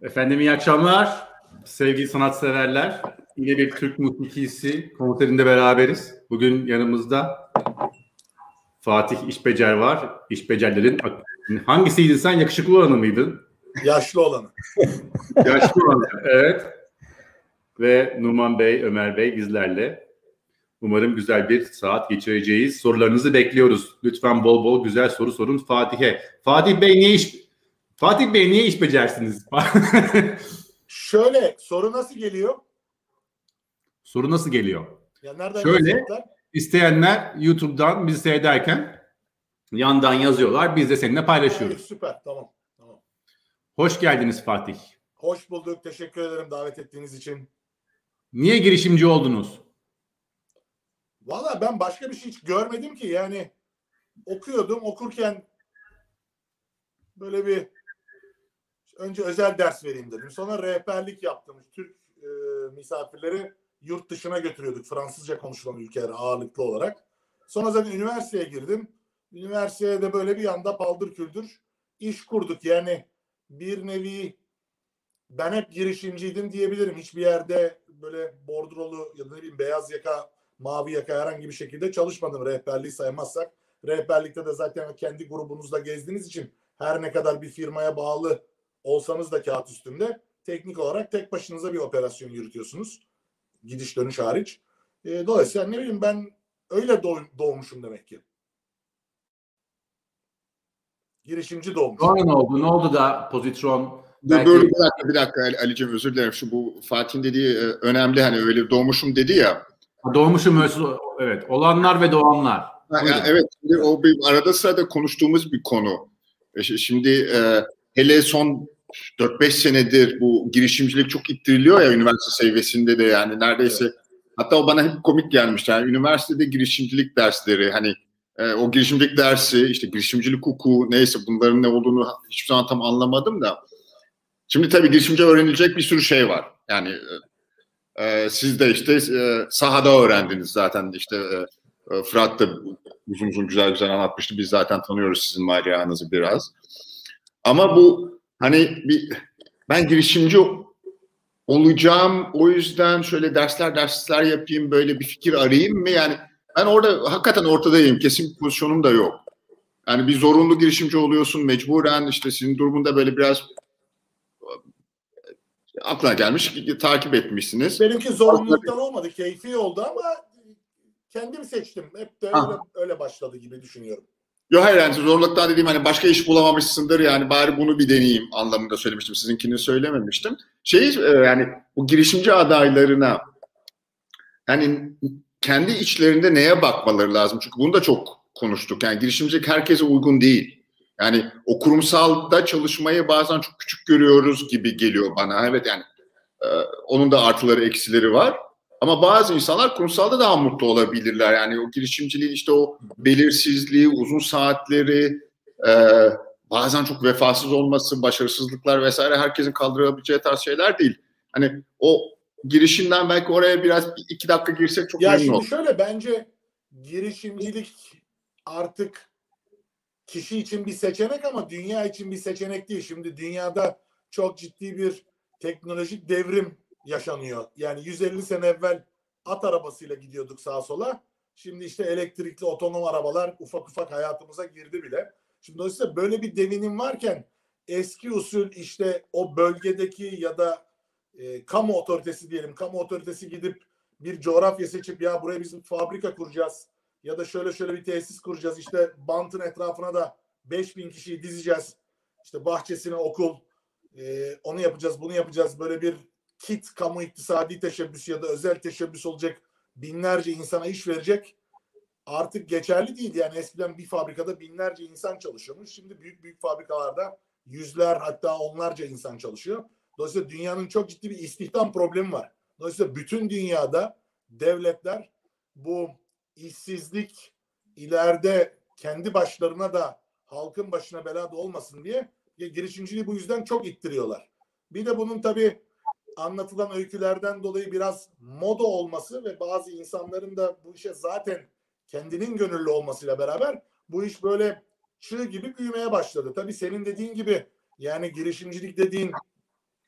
Efendim iyi akşamlar sevgili sanatseverler. Yine bir Türk musikisi konserinde beraberiz. Bugün yanımızda Fatih İşbecer var. İşbecerlerin hangisiydi sen? Yakışıklı olanı mıydın? Yaşlı olanı. Yaşlı olanı, evet. Ve Numan Bey, Ömer Bey bizlerle. Umarım güzel bir saat geçireceğiz. Sorularınızı bekliyoruz. Lütfen bol bol güzel soru sorun Fatih'e. Fatih Bey niye iş becersiniz? Şöyle, soru nasıl geliyor? Soru nasıl geliyor? Ya nereden Şöyle, yazacaklar? isteyenler YouTube'dan bizi seyrederken yandan yazıyorlar. Biz de seninle paylaşıyoruz. Süper, tamam. Hoş geldiniz Fatih. Hoş bulduk. Teşekkür ederim davet ettiğiniz için. Niye girişimci oldunuz? Valla ben başka bir şey hiç görmedim ki. Yani okurken böyle bir önce özel ders vereyim dedim. Sonra rehberlik yaptım. Türk misafirleri yurt dışına götürüyorduk. Fransızca konuşulan ülkelere ağırlıklı olarak. Sonra zaten üniversiteye girdim. Üniversitede böyle bir anda paldır küldür iş kurduk. Yani bir nevi ben hep girişimciydim diyebilirim. Hiçbir yerde böyle bordrolu ya da ne bileyim beyaz yaka, mavi yaka herhangi bir şekilde çalışmadım rehberliği saymazsak. Rehberlikte de zaten kendi grubunuzda gezdiğiniz için her ne kadar bir firmaya bağlı olsanız da kağıt üstünde teknik olarak tek başınıza bir operasyon yürütüyorsunuz. Gidiş dönüş hariç. Dolayısıyla ne bileyim ben öyle doğmuşum demek ki. Girişimci doğmuşum. Sonra ne oldu? Ne oldu da pozitron? Dur bir dakika Ali'cim, özür dilerim. Bu Fatih'in dediği önemli, hani öyle doğmuşum dedi ya. Doğmuşum, evet. Olanlar ve doğanlar. Evet, o bir arada sırada konuştuğumuz bir konu. Şimdi hele son 4-5 senedir bu girişimcilik çok ittiriliyor ya üniversite seviyesinde de, yani neredeyse. Evet. Hatta o bana hep komik gelmişti. Yani üniversitede girişimcilik dersleri, hani o girişimcilik dersi, işte girişimcilik hukuku, neyse bunların ne olduğunu hiçbir zaman tam anlamadım da. Şimdi tabii girişimci öğrenilecek bir sürü şey var. Yani siz de işte sahada öğrendiniz zaten, işte Fırat da uzun güzel anlatmıştı. Biz zaten tanıyoruz sizin maceranızı biraz. Ama bu hani ben girişimci olacağım, o yüzden şöyle dersler yapayım, böyle bir fikir arayayım mı? Yani ben orada hakikaten ortadayım. Kesin bir pozisyonum da yok. Yani bir zorunlu girişimci oluyorsun mecburen, işte sizin durumunda böyle biraz aklına gelmiş, takip etmişsiniz. Benimki zorunluluktan olmadı, keyfi oldu ama kendim seçtim. Hep de öyle başladı gibi düşünüyorum. Yok hayır, yani zorunluluktan dediğim hani başka iş bulamamışsındır, yani bari bunu bir deneyeyim anlamında söylemiştim. Sizinkini söylememiştim. Yani bu girişimci adaylarına yani kendi içlerinde neye bakmaları lazım? Çünkü bunu da çok konuştuk. Yani girişimcilik herkese uygun değil. Yani o kurumsalda çalışmayı bazen çok küçük görüyoruz gibi geliyor bana. Evet, yani onun da artıları eksileri var. Ama bazı insanlar kurumsalda daha mutlu olabilirler. Yani o girişimciliğin işte o belirsizliği, uzun saatleri, bazen çok vefasız olması, başarısızlıklar vesaire herkesin kaldırabileceği tarz şeyler değil. Hani o girişimden belki oraya biraz 2 dakika girsek çok memnun olurum. Şimdi şöyle, bence girişimcilik artık kişi için bir seçenek ama dünya için bir seçenek değil. Şimdi dünyada çok ciddi bir teknolojik devrim yaşanıyor. Yani 150 sene evvel at arabasıyla gidiyorduk sağa sola. Şimdi işte elektrikli otonom arabalar ufak ufak hayatımıza girdi bile. Şimdi dolayısıyla böyle bir devinim varken eski usul işte o bölgedeki ya da kamu otoritesi diyelim. Kamu otoritesi gidip bir coğrafya seçip ya buraya bizim fabrika kuracağız ya da şöyle bir tesis kuracağız. İşte bantın etrafına da 5000 kişiyi dizeceğiz. İşte bahçesine okul, onu yapacağız, bunu yapacağız. Böyle bir kit kamu iktisadi teşebbüsü ya da özel teşebbüs olacak, binlerce insana iş verecek. Artık geçerli değil. Yani eskiden bir fabrikada binlerce insan çalışıyormuş. Şimdi büyük fabrikalarda yüzler hatta onlarca insan çalışıyor. Dolayısıyla dünyanın çok ciddi bir istihdam problemi var. Dolayısıyla bütün dünyada devletler bu işsizlik ileride kendi başlarına da halkın başına belada olmasın diye girişimciliği bu yüzden çok ittiriyorlar. Bir de bunun tabii anlatılan öykülerden dolayı biraz moda olması ve bazı insanların da bu işe zaten kendinin gönüllü olmasıyla beraber bu iş böyle çığ gibi büyümeye başladı. Tabii senin dediğin gibi yani girişimcilik dediğin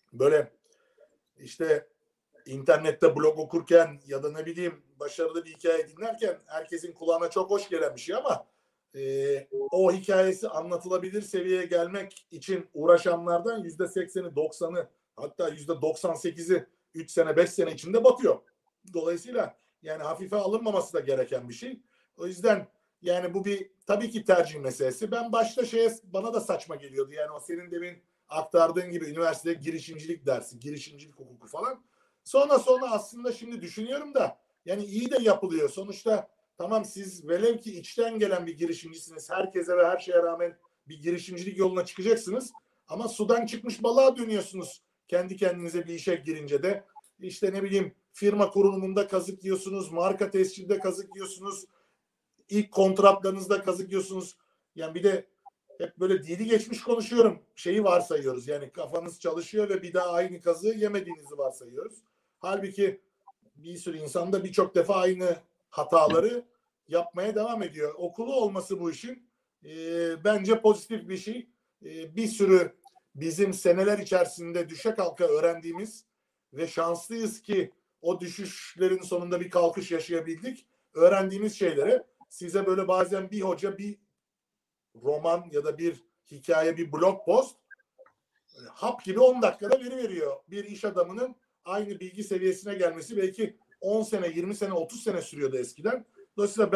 böyle işte internette blog okurken ya da ne bileyim başarılı bir hikaye dinlerken herkesin kulağına çok hoş gelen bir şey ama o hikayesi anlatılabilir seviyeye gelmek için uğraşanlardan %80'i 90'ı hatta %98'i 3 sene 5 sene içinde batıyor. Dolayısıyla yani hafife alınmaması da gereken bir şey. O yüzden yani bu bir tabii ki tercih meselesi. Ben başta bana da saçma geliyordu. Yani o senin demin aktardığın gibi üniversitede girişimcilik dersi, girişimcilik hukuku falan. Sonra aslında şimdi düşünüyorum da yani iyi de yapılıyor. Sonuçta tamam siz velev ki içten gelen bir girişimcisiniz. Herkese ve her şeye rağmen bir girişimcilik yoluna çıkacaksınız. Ama sudan çıkmış balığa dönüyorsunuz. Kendi kendinize bir işe girince de işte ne bileyim firma kurulumunda kazık yiyorsunuz. Marka tescilde kazık yiyorsunuz. İlk kontratlarınızda kazık yiyorsunuz. Yani bir de hep böyle dili geçmiş konuşuyorum. Şeyi varsayıyoruz. Yani kafanız çalışıyor ve bir daha aynı kazığı yemediğinizi varsayıyoruz. Halbuki bir sürü insan da birçok defa aynı hataları yapmaya devam ediyor. Okulu olması bu işin bence pozitif bir şey. Bir sürü bizim seneler içerisinde düşe kalka öğrendiğimiz ve şanslıyız ki o düşüşlerin sonunda bir kalkış yaşayabildik. Öğrendiğimiz şeylere size böyle bazen bir hoca bir roman ya da bir hikaye, bir blog post hap gibi 10 dakikada veriyor. Bir iş adamının aynı bilgi seviyesine gelmesi belki 10 sene, 20 sene, 30 sene sürüyordu eskiden. Dolayısıyla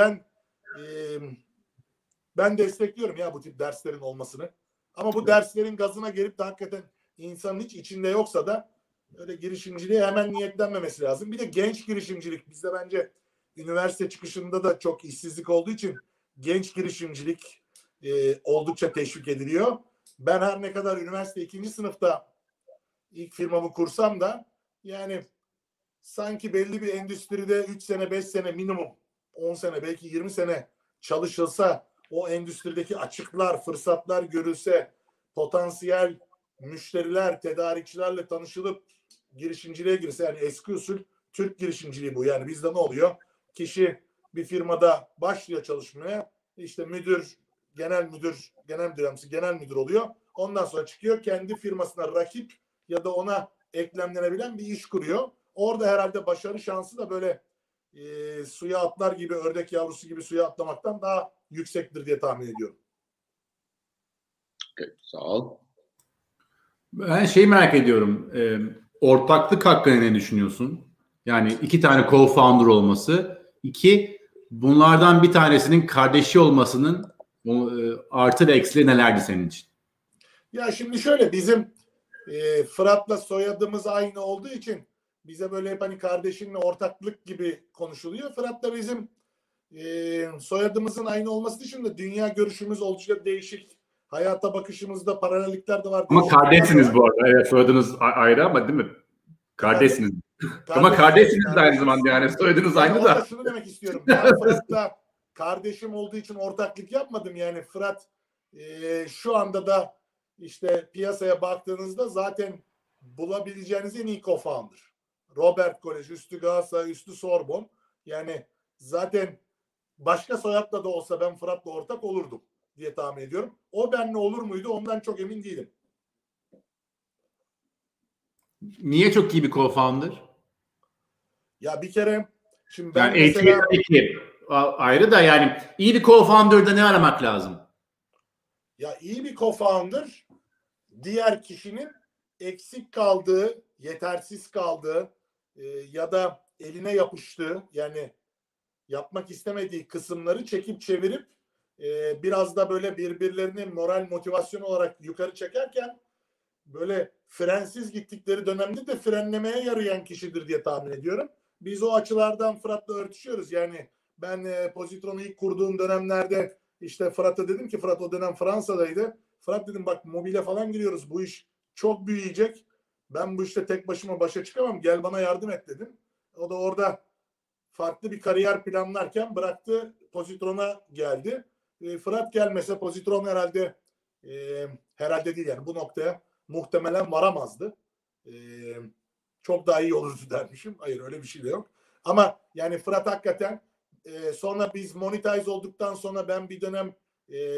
ben destekliyorum ya bu tip derslerin olmasını. Ama bu derslerin gazına gelip de hakikaten insanın hiç içinde yoksa da öyle girişimciliğe hemen niyetlenmemesi lazım. Bir de genç girişimcilik. Bizde bence üniversite çıkışında da çok işsizlik olduğu için genç girişimcilik oldukça teşvik ediliyor. Ben her ne kadar üniversite 2. sınıfta ilk firmamı kursam da yani sanki belli bir endüstride 3 sene 5 sene minimum 10 sene belki 20 sene çalışılsa o endüstrideki açıklar, fırsatlar görülse, potansiyel müşteriler, tedarikçilerle tanışılıp girişimciliğe girse yani eski usul Türk girişimciliği bu. Yani bizde ne oluyor? Kişi bir firmada başlıyor çalışmaya. İşte müdür, genel müdür, genel müdür oluyor. Ondan sonra çıkıyor kendi firmasına rakip ya da ona eklemlenebilen bir iş kuruyor. Orada herhalde başarı şansı da böyle suya atlar gibi, ördek yavrusu gibi suya atlamaktan daha yüksektir diye tahmin ediyorum. Okay, sağ ol. Ben merak ediyorum. Ortaklık hakkında ne düşünüyorsun? Yani 2 tane co-founder olması. 2, bunlardan bir tanesinin kardeşi olmasının artı ve eksileri nelerdi senin için? Ya şimdi şöyle bizim Fırat'la soyadımız aynı olduğu için bize böyle hep hani kardeşinle ortaklık gibi konuşuluyor. Fırat'la bizim soyadımızın aynı olması dışında dünya görüşümüz oldukça değişik. Hayata bakışımızda paralellikler de var. Ama kardeşsiniz bu arada. Evet, soyadınız ayrı ama değil mi? Kardeşsiniz. Ama kardeşsiniz de aynı zamanda yani soyadınız yani aynı da. Şunu demek istiyorum. Ben Fırat'la kardeşim olduğu için ortaklık yapmadım. Yani Fırat şu anda da işte piyasaya baktığınızda zaten bulabileceğiniz en iyi co-founder. Robert Koleji, üstü Galatasaray, üstü Sorbon. Yani zaten başka soyadla da olsa ben Fırat'la ortak olurdum diye tahmin ediyorum. O benle olur muydu ondan çok emin değilim. Niye çok iyi bir co-founder? Ya bir kere şimdi ben yani mesela ayrı da yani iyi bir co-founder'da ne aramak lazım? Ya iyi bir co-founder diğer kişinin eksik kaldığı, yetersiz kaldığı ya da eline yapıştığı yani yapmak istemediği kısımları çekip çevirip biraz da böyle birbirlerini moral motivasyon olarak yukarı çekerken böyle frensiz gittikleri dönemde de frenlemeye yarayan kişidir diye tahmin ediyorum. Biz o açılardan Fırat'la örtüşüyoruz. Yani ben Pozitron'u ilk kurduğum dönemlerde işte Fırat'a dedim ki Fırat o dönem Fransa'daydı. Fırat dedim bak mobile falan giriyoruz. Bu iş çok büyüyecek. Ben bu işte tek başıma başa çıkamam. Gel bana yardım et dedim. O da orada farklı bir kariyer planlarken bıraktı. Pozitron'a geldi. Fırat gelmese Pozitron herhalde değil yani bu noktaya muhtemelen varamazdı. Çok daha iyi olurdu dermişim. Hayır öyle bir şey de yok. Ama yani Fırat hakikaten sonra biz monetize olduktan sonra ben bir dönem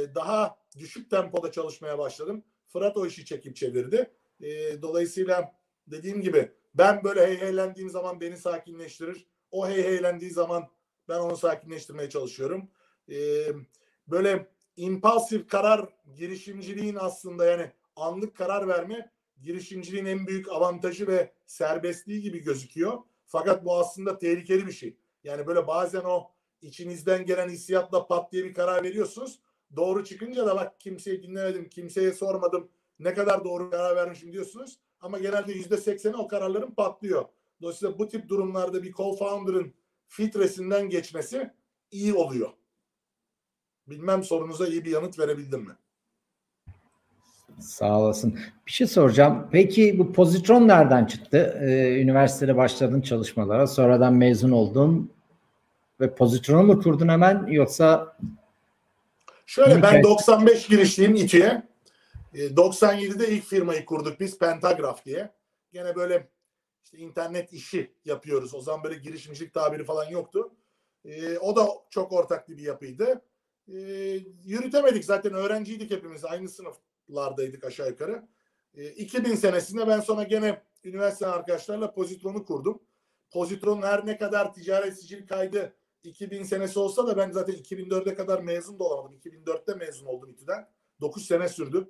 daha düşük tempoda çalışmaya başladım. Fırat o işi çekip çevirdi. Dolayısıyla dediğim gibi ben böyle heylendiğim zaman beni sakinleştirir. O heylendiği zaman ben onu sakinleştirmeye çalışıyorum. Böyle impulsif karar girişimciliğin aslında, yani anlık karar verme girişimciliğin en büyük avantajı ve serbestliği gibi gözüküyor. Fakat bu aslında tehlikeli bir şey. Yani böyle bazen o içinizden gelen hissiyatla pat diye bir karar veriyorsunuz. Doğru çıkınca da bak kimseyi dinlemedim, kimseye sormadım, ne kadar doğru karar vermişim diyorsunuz. Ama genelde %80'i o kararların patlıyor. Dolayısıyla bu tip durumlarda bir co-founder'ın filtresinden geçmesi iyi oluyor. Bilmem sorunuza iyi bir yanıt verebildim mi? Sağ olasın. Bir şey soracağım. Peki bu pozitron nereden çıktı? Üniversitede başladın çalışmalara, sonradan mezun oldun ve pozitronu mu kurdun hemen, yoksa? Şöyle, ben 95 girişliyim İTÜ'ye. 97'de ilk firmayı kurduk biz, Pentagraph diye. Gene böyle işte internet işi yapıyoruz. O zaman böyle girişimcilik tabiri falan yoktu. O da çok ortaklı bir yapıydı. Yürütemedik, zaten öğrenciydik hepimiz. Aynı sınıflardaydık aşağı yukarı. 2000 senesinde ben sonra gene üniversite arkadaşlarla Pozitron'u kurdum. Pozitron her ne kadar ticaret sicil kaydı 2000 senesi olsa da ben zaten 2004'e kadar mezun da olamadım. 2004'te mezun oldum İTÜ'den. 9 sene sürdü.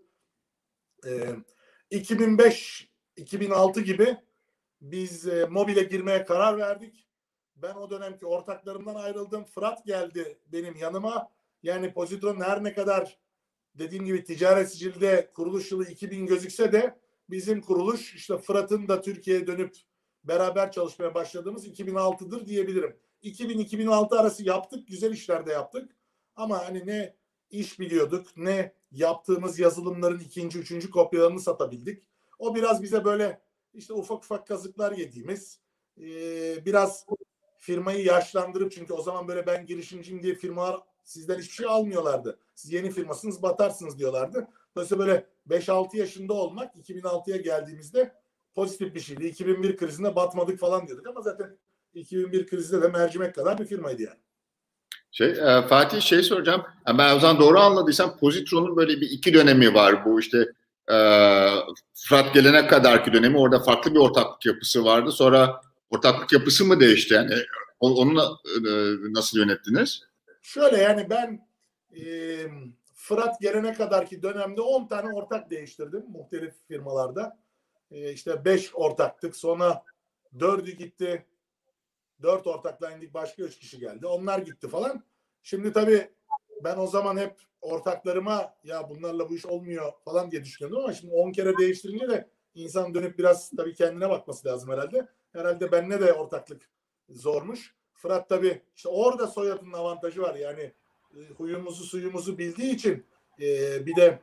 2005-2006 gibi biz mobile girmeye karar verdik. Ben o dönemki ortaklarımdan ayrıldım. Fırat geldi benim yanıma. Yani Pozitron her ne kadar dediğim gibi ticaret sicilde kuruluş yılı 2000 gözükse de bizim kuruluş, işte Fırat'ın da Türkiye'ye dönüp beraber çalışmaya başladığımız 2006'dır diyebilirim. 2000-2006 arası yaptık. Güzel işler de yaptık. Ama hani ne iş biliyorduk, ne yaptığımız yazılımların ikinci, üçüncü kopyalarını satabildik. O biraz bize böyle işte ufak ufak kazıklar yediğimiz, biraz firmayı yaşlandırıp, çünkü o zaman böyle ben girişimciyim diye firmalar sizden hiçbir şey almıyorlardı. Siz yeni firmasınız, batarsınız diyorlardı. Dolayısıyla böyle 5-6 yaşında olmak 2006'ya geldiğimizde pozitif bir şeydi. 2001 krizinde batmadık falan diyorduk ama zaten 2001 krizinde de mercimek kadar bir firmaydı yani. Fatih, soracağım. Ben o zaman doğru anladıysam Pozitron'un böyle bir iki dönemi var. Bu işte Fırat gelene kadarki dönemi, orada farklı bir ortaklık yapısı vardı. Sonra ortaklık yapısı mı değişti? Yani onu nasıl yönettiniz? Şöyle, yani ben Fırat gelene kadarki dönemde 10 tane ortak değiştirdim muhtelif firmalarda. İşte 5 ortaktık. Sonra 4'ü gitti. 4 ortakla indik. Başka 3 kişi geldi. Onlar gitti falan. Şimdi tabii ben o zaman hep ortaklarıma ya bunlarla bu iş olmuyor falan diye düşünüyordum ama şimdi 10 kere değiştirince de insan dönüp biraz tabii kendine bakması lazım herhalde. Herhalde benimle de ortaklık zormuş. Fırat tabii işte orada soyadının avantajı var. Yani huyumuzu suyumuzu bildiği için bir de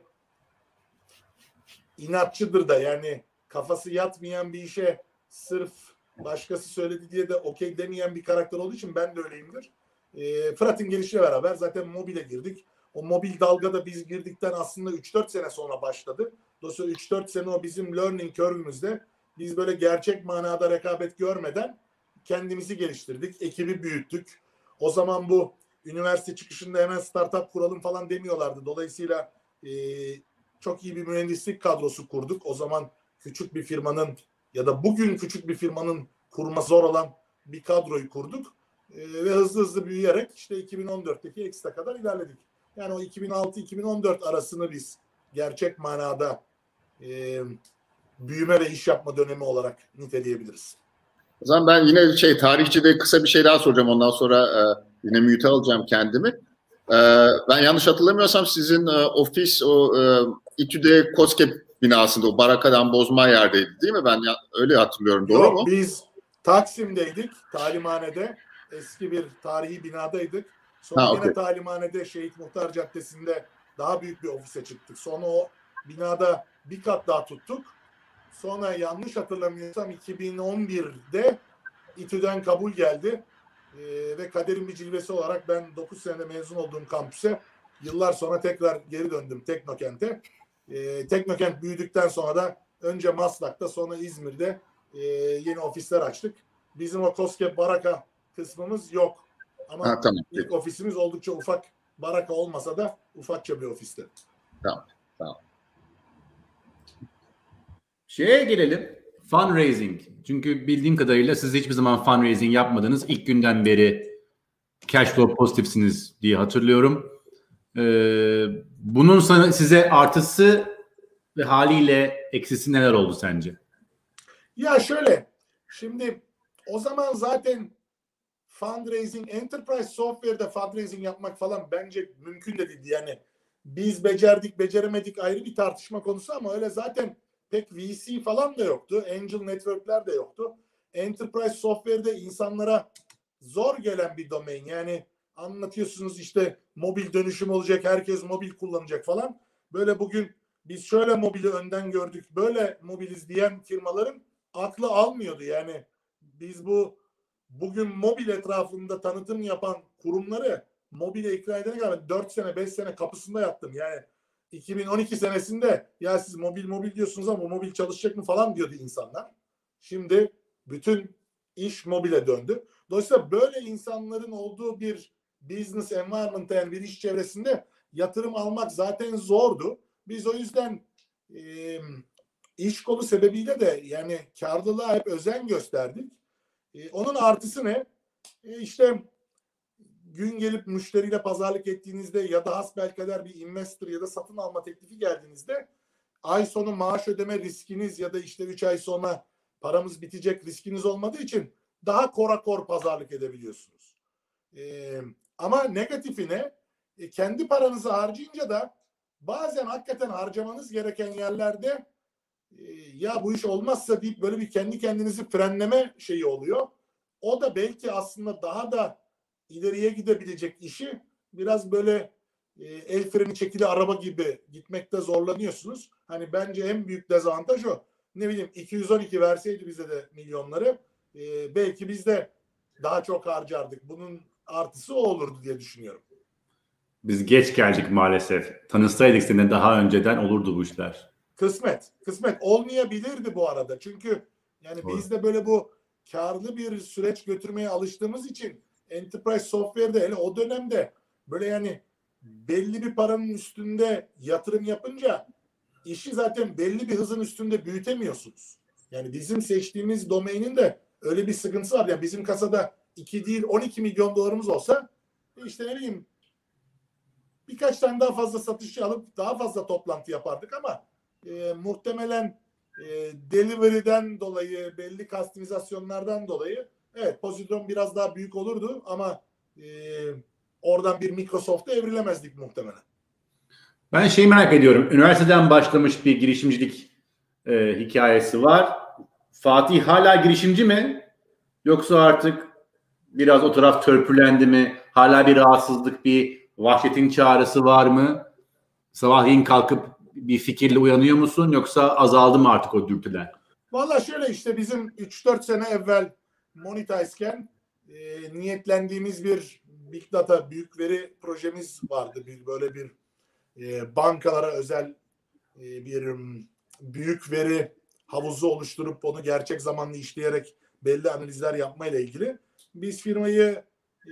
inatçıdır da, yani kafası yatmayan bir işe sırf başkası söyledi diye de okey demeyen bir karakter olduğu için ben de öyleyimdir. Fırat'ın gelişiyle beraber zaten mobile girdik. O mobil dalgada biz girdikten aslında 3-4 sene sonra başladı. Dolayısıyla 3-4 sene o bizim learning curve'ümüzde biz böyle gerçek manada rekabet görmeden kendimizi geliştirdik. Ekibi büyüttük. O zaman bu üniversite çıkışında hemen startup kuralım falan demiyorlardı. Dolayısıyla çok iyi bir mühendislik kadrosu kurduk. O zaman küçük bir firmanın ya da bugün küçük bir firmanın kurması zor olan bir kadroyu kurduk. Ve hızlı büyüyerek işte 2014'teki Exit'e kadar ilerledik. Yani o 2006-2014 arasını biz gerçek manada büyüme ve iş yapma dönemi olarak niteleyebiliriz. O zaman ben yine tarihçide kısa bir şey daha soracağım. Ondan sonra yine mute alacağım kendimi. Ben yanlış hatırlamıyorsam sizin ofis o İTÜ'de KOSGEB binasında, o Baraka'dan bozma yerdeydi değil mi? Ben öyle hatırlıyorum. Doğru mu? Biz Taksim'deydik, talimhanede. Eski bir tarihi binadaydık. Sonra yine talimhanede Şehit Muhtar Caddesi'nde daha büyük bir ofise çıktık. Sonra o binada bir kat daha tuttuk. Sonra yanlış hatırlamıyorsam 2011'de İTÜ'den kabul geldi. Ve kaderin bir cilvesi olarak ben 9 senede mezun olduğum kampüse yıllar sonra tekrar geri döndüm Teknokent'e. Teknokent büyüdükten sonra da önce Maslak'ta, sonra İzmir'de yeni ofisler açtık. Bizim o KOSGEB Baraka kısmımız yok. Ama tamam. İlk ofisimiz oldukça ufak. Baraka olmasa da ufakça bir ofisti. Tamam. Şeye gelelim. Fundraising. Çünkü bildiğim kadarıyla siz hiçbir zaman fundraising yapmadınız. İlk günden beri cash flow pozitifsiniz diye hatırlıyorum. Bunun size artısı ve haliyle eksisi neler oldu sence? Ya şöyle, şimdi o zaman zaten fundraising, enterprise software'da fundraising yapmak falan bence mümkün de değildi. Yani biz becerdik, beceremedik ayrı bir tartışma konusu ama öyle zaten pek VC falan da yoktu. Angel network'ler de yoktu. Enterprise software'de insanlara zor gelen bir domain. Yani anlatıyorsunuz işte mobil dönüşüm olacak, herkes mobil kullanacak falan. Böyle bugün biz şöyle mobili önden gördük, böyle mobiliz diyen firmaların aklı almıyordu. Yani biz bugün mobil etrafında tanıtım yapan kurumları mobile ikna edene kadar 4 sene 5 sene kapısında yattım. Yani 2012 senesinde ya siz mobil diyorsunuz ama mobil çalışacak mı falan diyordu insanlar. Şimdi bütün iş mobile döndü. Dolayısıyla böyle insanların olduğu bir business environment, yani bir iş çevresinde yatırım almak zaten zordu. Biz o yüzden iş kolu sebebiyle de yani karlılığa hep özen gösterdik. Onun artısı ne? İşte gün gelip müşteriyle pazarlık ettiğinizde ya da hasbelkader bir investor ya da satın alma teklifi geldiğinizde ay sonu maaş ödeme riskiniz ya da işte 3 ay sonra paramız bitecek riskiniz olmadığı için daha korakor pazarlık edebiliyorsunuz. Ama negatifine kendi paranızı harcayınca da bazen hakikaten harcamanız gereken yerlerde ya bu iş olmazsa deyip böyle bir kendi kendinizi frenleme şeyi oluyor. O da belki aslında daha da ileriye gidebilecek işi biraz böyle el freni çekili araba gibi gitmekte zorlanıyorsunuz. Hani bence en büyük dezavantaj o. Ne bileyim 212 verseydi bize de milyonları belki biz de daha çok harcardık. Bunun artısı o olurdu diye düşünüyorum. Biz geç geldik maalesef. Tanışsaydık seninle daha önceden olurdu bu işler. Kısmet olmayabilirdi bu arada. Çünkü yani biz de böyle bu karlı bir süreç götürmeye alıştığımız için enterprise software'de hele o dönemde böyle yani belli bir paranın üstünde yatırım yapınca işi zaten belli bir hızın üstünde büyütemiyorsunuz. Yani bizim seçtiğimiz domainin de öyle bir sıkıntısı var. Yani bizim kasada 2 değil 12 milyon dolarımız olsa işte ne bileyim birkaç tane daha fazla satışçı alıp daha fazla toplantı yapardık ama muhtemelen delivery'den dolayı belli kastimizasyonlardan dolayı evet pozisyon biraz daha büyük olurdu ama oradan bir Microsoft'a evrilemezdik muhtemelen. Ben şeyi merak ediyorum. Üniversiteden başlamış bir girişimcilik hikayesi var. Fatih hala girişimci mi? Yoksa artık biraz o taraf törpülendi mi? Hala bir rahatsızlık, bir vahşetin çağrısı var mı? Sabahleyin kalkıp bir fikirle uyanıyor musun? Yoksa azaldı mı artık o dürtüler? Valla şöyle işte bizim 3-4 sene evvel Monetize'ken niyetlendiğimiz bir Big Data büyük veri projemiz vardı. Böyle bir bankalara özel bir büyük veri havuzu oluşturup onu gerçek zamanlı işleyerek belli analizler yapmayla ilgili. Biz firmayı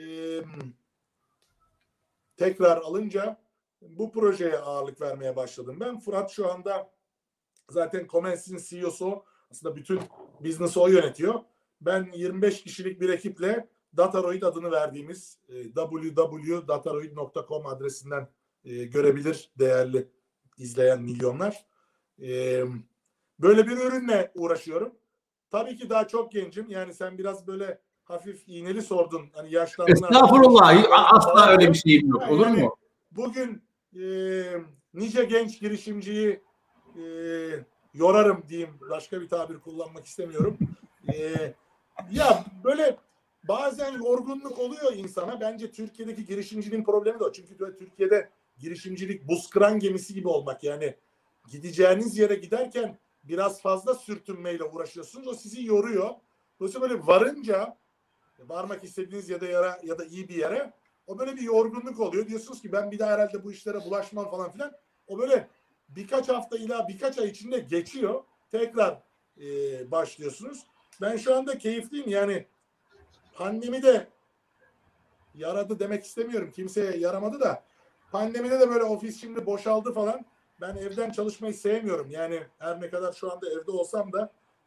tekrar alınca bu projeye ağırlık vermeye başladım ben. Fırat şu anda zaten Comens'in CEO'su, aslında bütün business'ı o yönetiyor. Ben 25 kişilik bir ekiple Dataroid adını verdiğimiz www.dataroid.com adresinden görebilir değerli izleyen milyonlar. Böyle bir ürünle uğraşıyorum. Tabii ki daha çok gencim. Yani sen biraz böyle hafif iğneli sordun. Hani yaşlandığında... Estağfurullah. Asla öyle bir şeyim yok. Olur yani, mu? Bugün nice genç girişimciyi yorarım diyeyim. Başka bir tabir kullanmak istemiyorum. Ya böyle bazen yorgunluk oluyor insana. Bence Türkiye'deki girişimciliğin problemi de o. Çünkü Türkiye'de girişimcilik buz kıran gemisi gibi olmak. Yani gideceğiniz yere giderken biraz fazla sürtünmeyle uğraşıyorsunuz. O sizi yoruyor. Dolayısıyla böyle varınca varmak istediğiniz ya da iyi bir yere o böyle bir yorgunluk oluyor. Diyorsunuz ki ben bir daha herhalde bu işlere bulaşmam falan filan. O böyle birkaç hafta ila birkaç ay içinde geçiyor. Tekrar başlıyorsunuz. Ben şu anda keyifliyim. Yani pandemi de yaradı demek istemiyorum. Kimseye yaramadı da pandemide de böyle ofis şimdi boşaldı falan. Ben evden çalışmayı sevmiyorum. Yani her ne kadar şu anda evde olsam da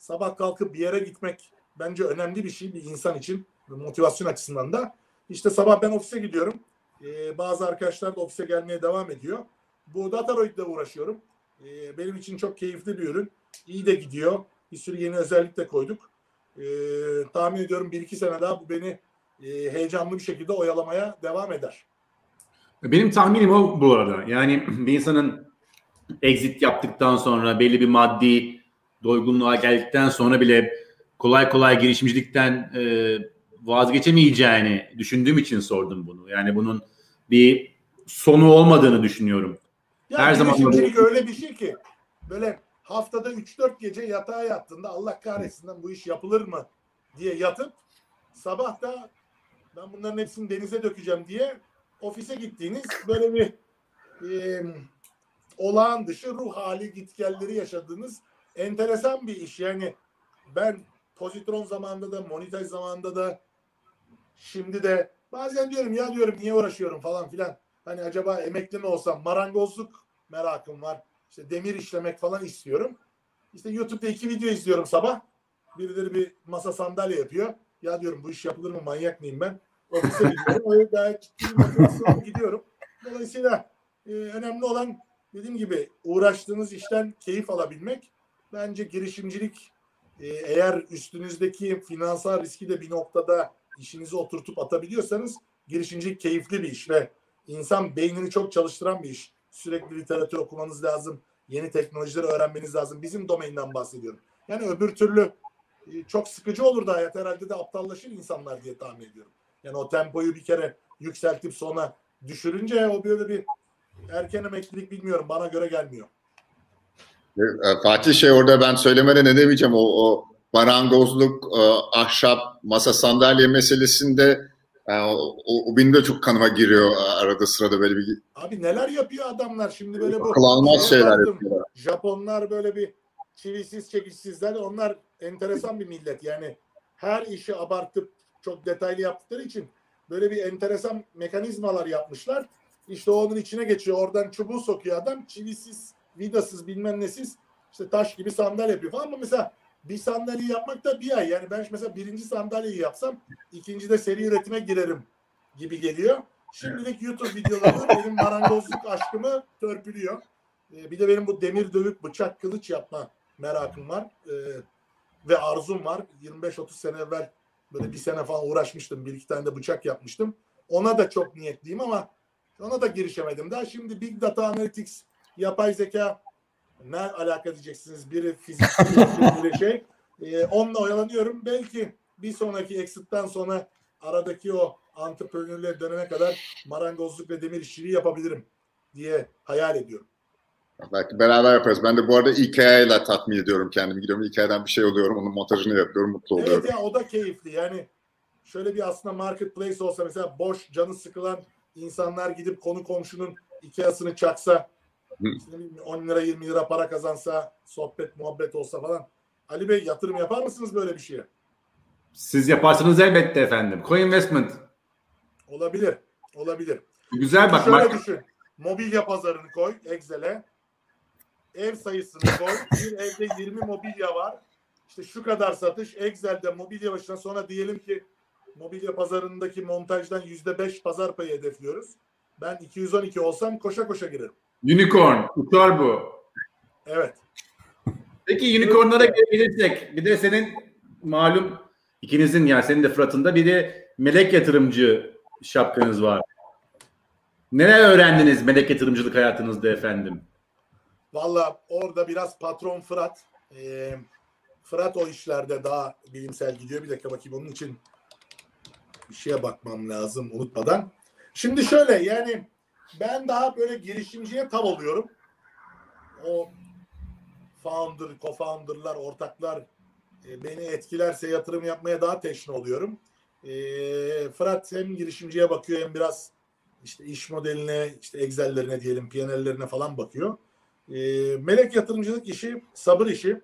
sabah kalkıp bir yere gitmek bence önemli bir şey bir insan için. Motivasyon açısından da. İşte sabah ben ofise gidiyorum. Bazı arkadaşlar da ofise gelmeye devam ediyor. Bu Dataroid'le uğraşıyorum. Benim için çok keyifli bir ürün. İyi de gidiyor. Bir sürü yeni özellik de koyduk. Tahmin ediyorum 1-2 sene daha bu beni heyecanlı bir şekilde oyalamaya devam eder. Benim tahminim o bu arada. Yani bir insanın exit yaptıktan sonra belli bir maddi doygunluğa geldikten sonra bile kolay kolay girişimcilikten vazgeçemeyeceğini düşündüğüm için sordum bunu. Yani bunun bir sonu olmadığını düşünüyorum. Ya her zaman girişimcilik öyle bir şey ki böyle haftada 3-4 gece yatağa yattığında Allah kahretsin bu iş yapılır mı diye yatıp sabah da ben bunların hepsini denize dökeceğim diye ofise gittiğiniz böyle bir olağan dışı ruh hali gitgelleri yaşadığınız enteresan bir iş. Yani ben pozitron zamanında da monetize zamanında da şimdi de bazen diyorum ya diyorum niye uğraşıyorum falan filan. Hani acaba emekli mi olsam, marangozluk merakım var. İşte demir işlemek falan istiyorum. İşte YouTube'da 2 video izliyorum sabah. Birileri bir masa sandalye yapıyor. Ya diyorum bu iş yapılır mı, manyak mıyım ben? Ofise gidiyorum. Öyle gayet ciddi bir motivasyonla gidiyorum. Dolayısıyla önemli olan dediğim gibi uğraştığınız işten keyif alabilmek. Bence girişimcilik eğer üstünüzdeki finansal riski de bir noktada işinizi oturtup atabiliyorsanız girişimcilik keyifli bir iş ve insan beynini çok çalıştıran bir iş. Sürekli literatür okumanız lazım. Yeni teknolojileri öğrenmeniz lazım. Bizim domainden bahsediyorum. Yani öbür türlü çok sıkıcı olur da hayat herhalde de aptallaşır insanlar diye tahmin ediyorum. Yani o tempoyu bir kere yükseltip sonra düşürünce o böyle bir erken emeklilik bilmiyorum bana göre gelmiyor. Fatih orada ben söylemeden ne demeyeceğim o marangozluk, ahşap, masa sandalye meselesinde o benim de çok kanıma giriyor arada sırada böyle bir. Abi neler yapıyor adamlar şimdi böyle bu. Akıl almaz şeyler yapıyorlar. Japonlar böyle bir çivisiz çekişsizler onlar enteresan bir millet yani her işi abartıp çok detaylı yaptıkları için böyle bir enteresan mekanizmalar yapmışlar. İşte onun içine geçiyor oradan çubuğu sokuyor adam çivisiz vidasız bilmem nesiz işte taş gibi sandalye yapıyor falan ama mesela bir sandalye yapmak da bir ay yani ben mesela birinci sandalyeyi yapsam ikincide seri üretime girerim gibi geliyor. Şimdilik YouTube videoları benim marangozluk aşkımı törpülüyor. Bir de benim bu demir dövüp bıçak kılıç yapma merakım var. Ve arzum var. 25-30 sene evvel böyle bir sene falan uğraşmıştım. 1-2 tane de bıçak yapmıştım. Ona da çok niyetliyim ama ona da girişemedim. Daha şimdi Big Data Analytics, yapay zeka ne alaka diyeceksiniz. Biri fizik, biri şey. Onunla oyalanıyorum. Belki bir sonraki exit'ten sonra aradaki o antreprenörlüğe dönene kadar marangozluk ve demir işçiliği yapabilirim diye hayal ediyorum. Belki beraber yaparız. Ben de bu arada hikayeyle tatmin ediyorum kendimi. Gidiyorum hikayeden bir şey oluyorum. Onun montajını yapıyorum. Mutlu oluyorum. Evet ya o da keyifli. Yani şöyle bir aslında marketplace olsa mesela boş canı sıkılan insanlar gidip konu komşunun Ikea'sını çaksa işte 10 lira 20 lira para kazansa sohbet muhabbet olsa falan. Ali Bey yatırım yapar mısınız böyle bir şeye? Siz yaparsınız elbette efendim. Co-investment. Olabilir. Olabilir. Güzel bak. Şöyle düşün. Mobilya pazarını koy Excel'e. Ev sayısını koy. Bir evde 20 mobilya var. İşte şu kadar satış. Excel'de mobilya başına sonra diyelim ki mobilya pazarındaki montajdan %5 pazar payı hedefliyoruz. Ben 212 olsam koşa koşa girerim. Unicorn. Uçar bu. Evet. Peki unicornlara gelirsek bir de senin malum ikinizin ya senin de Fırat'ın da bir de melek yatırımcı şapkanız var. Neler öğrendiniz melek yatırımcılık hayatınızda efendim? Valla orada biraz patron Fırat. Fırat o işlerde daha bilimsel gidiyor. Bir dakika bakayım onun için bir şeye bakmam lazım unutmadan. Şimdi şöyle yani ben daha böyle girişimciye tav oluyorum. O founder, co-founder'lar, ortaklar beni etkilerse yatırım yapmaya daha teşne oluyorum. Fırat hem girişimciye bakıyor hem biraz işte iş modeline, işte Excel'lerine diyelim, P&L'lerine falan bakıyor. Melek yatırımcılık işi, sabır işi.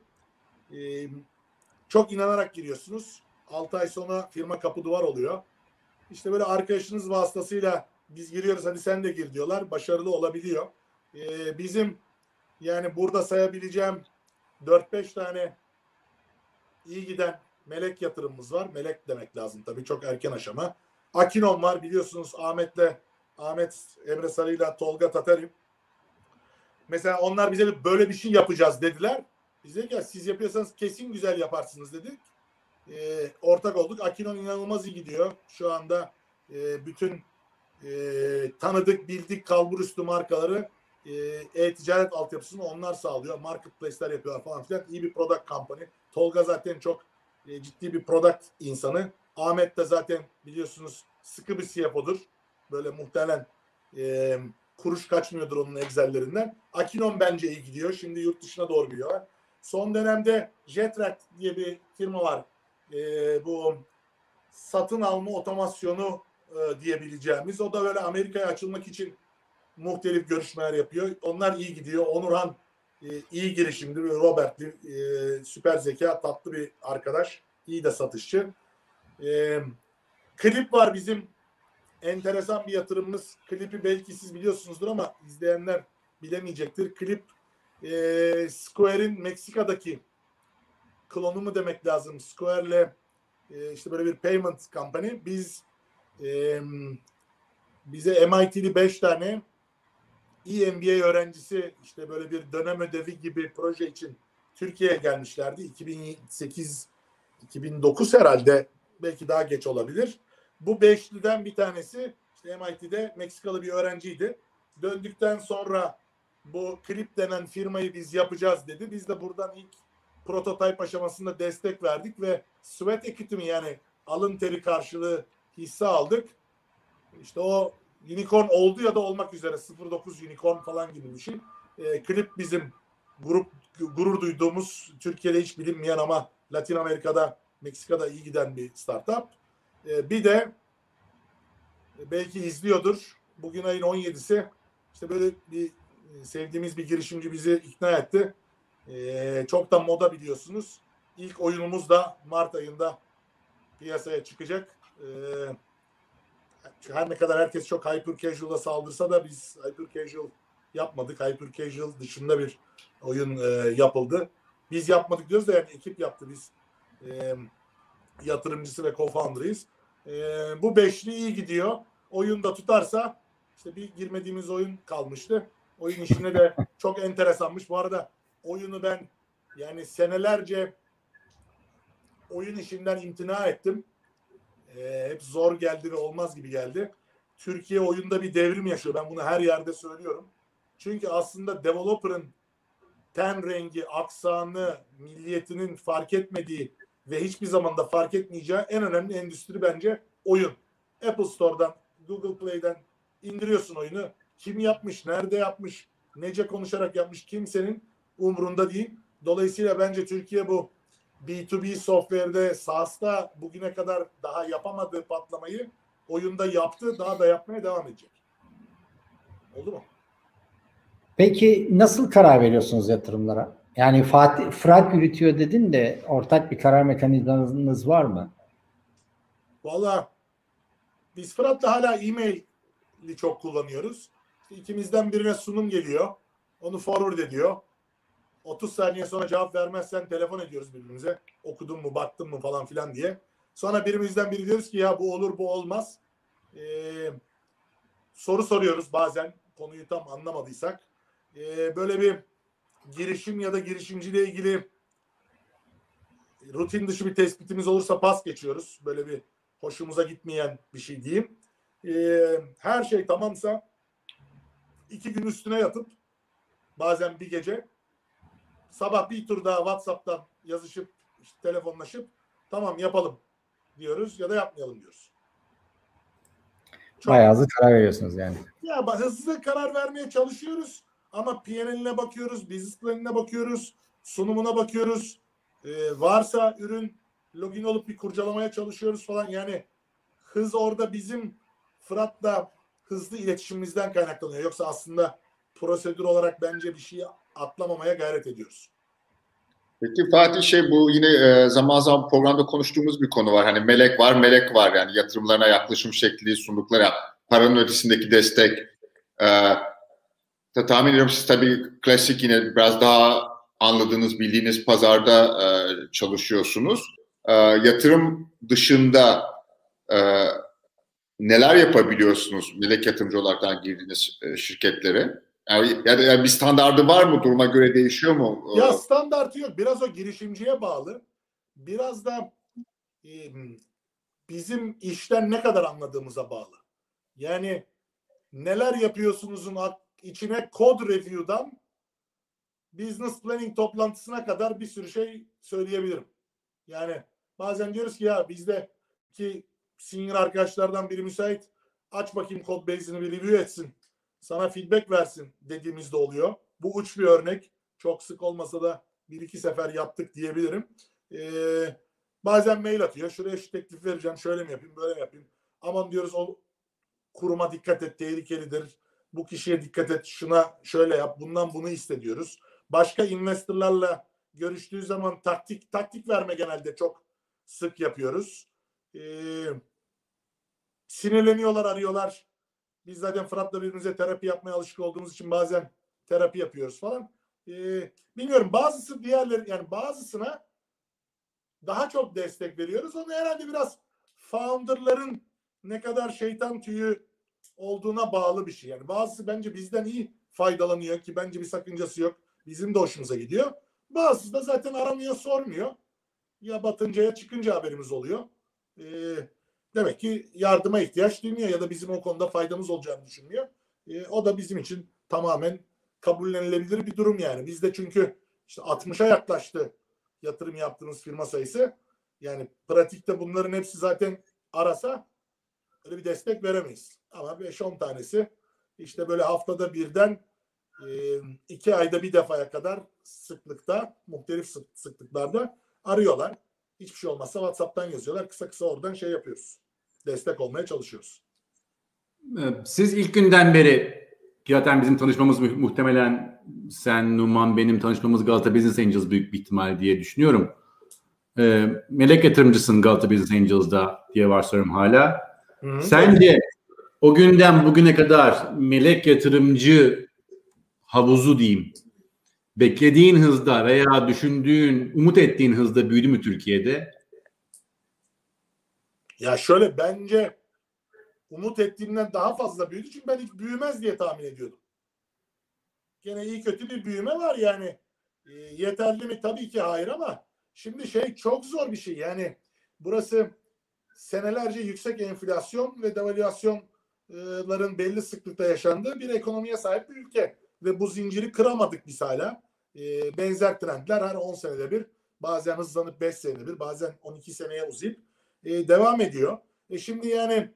Çok inanarak giriyorsunuz. 6 ay sonra firma kapı duvar oluyor. İşte böyle arkadaşınız vasıtasıyla biz giriyoruz hadi sen de gir diyorlar. Başarılı olabiliyor. Bizim yani burada sayabileceğim 4-5 tane iyi giden Melek yatırımımız var. Melek demek lazım tabii, çok erken aşama. Akinon var biliyorsunuz, Ahmet Emre Sarı'yla Tolga Tatari. Mesela onlar bize böyle bir şey yapacağız dediler. Biz dedik ya, siz yapıyorsanız kesin güzel yaparsınız dedik. Ortak olduk. Akinon inanılmaz iyi gidiyor. Şu anda bütün tanıdık, bildik kalburüstü markaları e-ticaret altyapısını onlar sağlıyor. Marketplace'ler yapıyorlar falan filan. İyi bir product company. Tolga zaten çok ciddi bir product insanı. Ahmet de zaten biliyorsunuz sıkı bir CFO'dur. Böyle muhtemelen kuruş kaçmıyordur onun Excel'lerinden. Akinon bence iyi gidiyor. Şimdi yurt dışına doğru gidiyorlar. Son dönemde Jetrak diye bir firma var. Bu satın alma otomasyonu diyebileceğimiz. O da böyle Amerika'ya açılmak için muhtelif görüşmeler yapıyor. Onlar iyi gidiyor. Onurhan iyi girişimci. Robert süper zeka, tatlı bir arkadaş. İyi de satışçı. Klip var bizim. Enteresan bir yatırımımız. Klip'i belki siz biliyorsunuzdur ama izleyenler bilemeyecektir. Klip Square'in Meksika'daki klonu mu demek lazım? Square'le işte böyle bir payment company. Bize MIT'li 5 tane MBA öğrencisi işte böyle bir dönem ödevi gibi proje için Türkiye'ye gelmişlerdi. 2008-2009 herhalde, belki daha geç olabilir. Bu beşliden bir tanesi işte MIT'de Meksikalı bir öğrenciydi. Döndükten sonra bu Clip denen firmayı biz yapacağız dedi. Biz de buradan ilk prototype aşamasında destek verdik ve sweat equity mi, yani alın teri karşılığı hisse aldık. İşte o unicorn oldu ya da olmak üzere 09 unicorn falan gibi bir şey. Clip bizim gurur duyduğumuz, Türkiye'de hiç bilinmeyen ama Latin Amerika'da, Meksika'da iyi giden bir startup. Bir de belki izliyordur. Bugün ayın 17'si. İşte böyle bir sevdiğimiz bir girişimci bizi ikna etti. Çok da moda biliyorsunuz. İlk oyunumuz da Mart ayında piyasaya çıkacak. Her ne kadar herkes çok hyper casual'a saldırsa da biz hyper casual yapmadık. Hyper casual dışında bir oyun yapıldı. Biz yapmadık diyoruz da yani ekip yaptı. Biz yatırımcısı ve co-founder'ıyız. Bu beşli iyi gidiyor. Oyun da tutarsa, işte bir girmediğimiz oyun kalmıştı. Oyun işine de çok enteresanmış. Bu arada oyunu ben yani senelerce oyun işinden imtina ettim. Hep zor geldi ve olmaz gibi geldi. Türkiye oyunda bir devrim yaşıyor. Ben bunu her yerde söylüyorum. Çünkü aslında developer'ın ten rengi, aksanı, milliyetinin fark etmediği ve hiçbir zaman da fark etmeyeceği en önemli endüstri bence oyun. Apple Store'dan, Google Play'den indiriyorsun oyunu. Kim yapmış, nerede yapmış, nece konuşarak yapmış, kimsenin umrunda değil. Dolayısıyla bence Türkiye bu B2B software'de, SaaS'ta bugüne kadar daha yapamadığı patlamayı oyunda yaptı, daha da yapmaya devam edecek. Oldu mu? Peki nasıl karar veriyorsunuz yatırımlara? Yani Fırat yürütüyor dedin de ortak bir karar mekanizmanız var mı? Vallahi biz Fırat'la hala e-mail'i çok kullanıyoruz. İkimizden birine sunum geliyor. Onu forward ediyor. 30 saniye sonra cevap vermezsen telefon ediyoruz birbirimize. Okudun mu, baktın mı falan filan diye. Sonra birimizden biri diyoruz ki ya bu olur, bu olmaz. Soru soruyoruz bazen konuyu tam anlamadıysak. Böyle bir girişim ya da girişimciyle ilgili rutin dışı bir tespitimiz olursa pas geçiyoruz. Böyle bir hoşumuza gitmeyen bir şey diyeyim. Her şey tamamsa 2 gün üstüne yatıp bazen bir gece sabah bir tur daha WhatsApp'tan yazışıp işte telefonlaşıp tamam yapalım diyoruz ya da yapmayalım diyoruz. Bayağı hızlı karar veriyorsunuz yani. Ya hızlı karar vermeye çalışıyoruz ama P&L'ine bakıyoruz, business plan'ine bakıyoruz, sunumuna bakıyoruz. Varsa ürün login olup bir kurcalamaya çalışıyoruz falan. Yani hız orada bizim Fırat'la hızlı iletişimimizden kaynaklanıyor. Yoksa aslında prosedür olarak bence bir şeyi atlamamaya gayret ediyoruz. Peki Fatih, bu yine zaman zaman programda konuştuğumuz bir konu var. Hani melek var yani yatırımlarına yaklaşım şekli, sundukları paranın ötesindeki destek. Tahmin ediyorum siz tabii klasik yine biraz daha anladığınız, bildiğiniz pazarda çalışıyorsunuz. Yatırım dışında neler yapabiliyorsunuz melek yatırımcı olarak girdiğiniz şirketlere? Yani bir standardı var mı? Duruma göre değişiyor mu? Ya standartı yok. Biraz o girişimciye bağlı. Biraz da bizim işten ne kadar anladığımıza bağlı. Yani neler yapıyorsunuzun içine code review'dan business planning toplantısına kadar bir sürü şey söyleyebilirim. Yani bazen diyoruz ki ya bizdeki senior arkadaşlardan biri müsait, aç bakayım code base'ini bir review etsin, sana feedback versin dediğimizde oluyor. Bu uç bir örnek. Çok sık olmasa da bir iki sefer yaptık diyebilirim. Bazen mail atıyor. Şuraya şu teklif vereceğim. Şöyle mi yapayım, böyle mi yapayım? Aman diyoruz o kuruma dikkat et, tehlikelidir. Bu kişiye dikkat et, şuna şöyle yap, bundan bunu iste diyoruz. Başka investorlarla görüştüğü zaman taktik verme genelde çok sık yapıyoruz. Sinirleniyorlar, arıyorlar. Biz zaten Fırat'la birbirimize terapi yapmaya alışık olduğumuz için bazen terapi yapıyoruz falan. Bilmiyorum, diğerleri yani bazısına daha çok destek veriyoruz. Onu herhalde biraz founder'ların ne kadar şeytan tüyü olduğuna bağlı bir şey. Yani bazısı bence bizden iyi faydalanıyor ki bence bir sakıncası yok. Bizim de hoşumuza gidiyor. Bazısı da zaten aramıyor, sormuyor. Ya batınca ya çıkınca haberimiz oluyor. Demek ki yardıma ihtiyaç duymuyor ya da bizim o konuda faydamız olacağını düşünmüyor. O da bizim için tamamen kabullenilebilir bir durum yani. Bizde çünkü işte 60'a yaklaştı yatırım yaptığımız firma sayısı. Yani pratikte bunların hepsi zaten arasa öyle bir destek veremeyiz. Ama 5-10 tanesi işte böyle haftada birden 2 ayda bir defaya kadar sıklıkta, muhtelif sıklıklarda arıyorlar. Hiçbir şey olmazsa WhatsApp'tan yazıyorlar. Kısa kısa oradan şey yapıyoruz. Destek olmaya çalışıyoruz. Siz ilk günden beri, zaten bizim tanışmamız muhtemelen sen, Numan, benim tanışmamız Galata Business Angels büyük bir ihtimal diye düşünüyorum. Melek yatırımcısın Galata Business Angels'da diye varsayıyorum hala. Hı-hı. Sence o günden bugüne kadar melek yatırımcı havuzu diyeyim, beklediğin hızda veya düşündüğün, umut ettiğin hızda büyüdü mü Türkiye'de? Ya şöyle, bence umut ettiğimden daha fazla büyüdü. Çünkü ben hiç büyümez diye tahmin ediyordum. Gene iyi kötü bir büyüme var yani. Yeterli mi? Tabii ki hayır ama şimdi çok zor bir şey. Yani burası senelerce yüksek enflasyon ve devalüasyonların belli sıklıkta yaşandığı bir ekonomiye sahip bir ülke. Ve bu zinciri kıramadık biz hala. Benzer trendler her 10 senede bir, bazen hızlanıp 5 senede bir, bazen 12 seneye uzayıp devam ediyor. Şimdi yani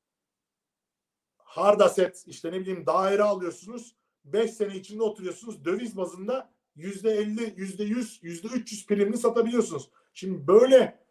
hard asset, işte ne bileyim daire alıyorsunuz, 5 sene içinde oturuyorsunuz, döviz bazında %50, %100, %300 primli satabiliyorsunuz. Şimdi böyle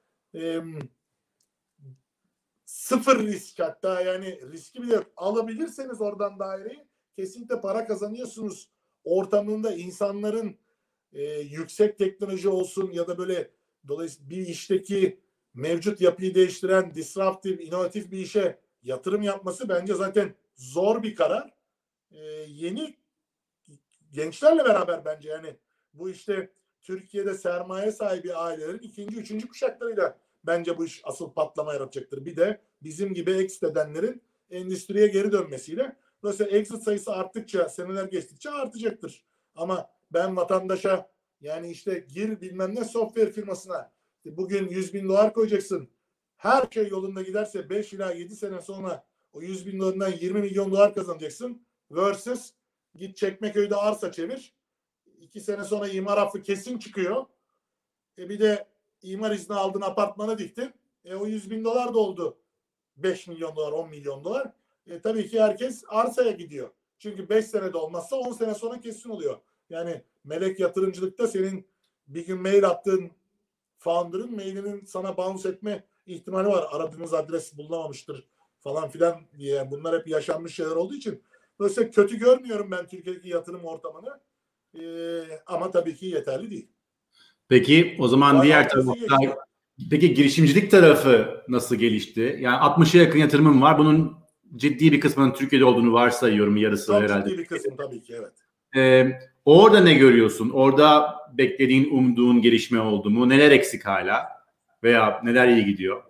sıfır risk, hatta yani riski bile yok. Alabilirseniz oradan daireyi kesinlikle para kazanıyorsunuz. Ortamında insanların yüksek teknoloji olsun ya da böyle dolayısıyla bir işteki mevcut yapıyı değiştiren disruptive, inovatif bir işe yatırım yapması bence zaten zor bir karar. Yeni gençlerle beraber bence yani bu işte Türkiye'de sermaye sahibi ailelerin ikinci, üçüncü kuşaklarıyla bence bu iş asıl patlama yaratacaktır. Bir de bizim gibi exit edenlerin endüstriye geri dönmesiyle. Dolayısıyla exit sayısı arttıkça, seneler geçtikçe artacaktır. Ama ben vatandaşa yani işte gir bilmem ne software firmasına, bugün $100.000 koyacaksın, her şey yolunda giderse 5 ila 7 sene sonra o $100.000'dan $20 milyon kazanacaksın. Versus git Çekmeköy'de arsa çevir. 2 sene sonra imar affı kesin çıkıyor. Bir de imar izni aldın, apartmana diktin. O $100.000 da oldu $5 milyon, $10 milyon. Tabii ki herkes arsaya gidiyor. Çünkü 5 senede olmazsa 10 sene sonra kesin oluyor. Yani melek yatırımcılıkta senin bir gün mail attığın founder'ın mailinin sana bounce etme ihtimali var. Aradığınız adres bulunamamıştır falan filan diye. Bunlar hep yaşanmış şeyler olduğu için. Dolayısıyla kötü görmüyorum ben Türkiye'deki yatırım ortamını. Ama tabii ki yeterli değil. Peki o zaman diğer tarafta, peki girişimcilik tarafı nasıl gelişti? Yani 60'a yakın yatırımım var. Bunun ciddi bir kısmının Türkiye'de olduğunu varsayıyorum, yarısı çok herhalde. Ciddi bir kısmı tabii ki, evet. Orada ne görüyorsun? Orada beklediğin, umduğun gelişme oldu mu? Neler eksik hala? Veya neler iyi gidiyor?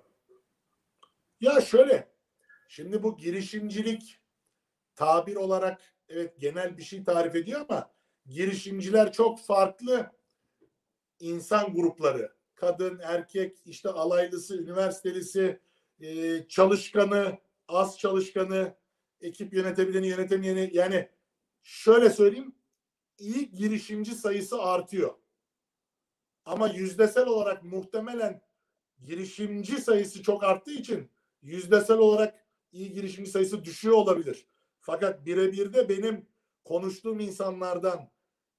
Ya şöyle, şimdi bu girişimcilik tabir olarak evet genel bir şey tarif ediyor ama girişimciler çok farklı insan grupları. Kadın, erkek, işte alaylısı, üniversitelisi, çalışkanı, az çalışkanı, ekip yönetebileni, yönetemeyeni. Yani şöyle söyleyeyim, iyi girişimci sayısı artıyor. Ama yüzdesel olarak muhtemelen girişimci sayısı çok arttığı için yüzdesel olarak iyi girişimci sayısı düşüyor olabilir. Fakat birebir de benim konuştuğum insanlardan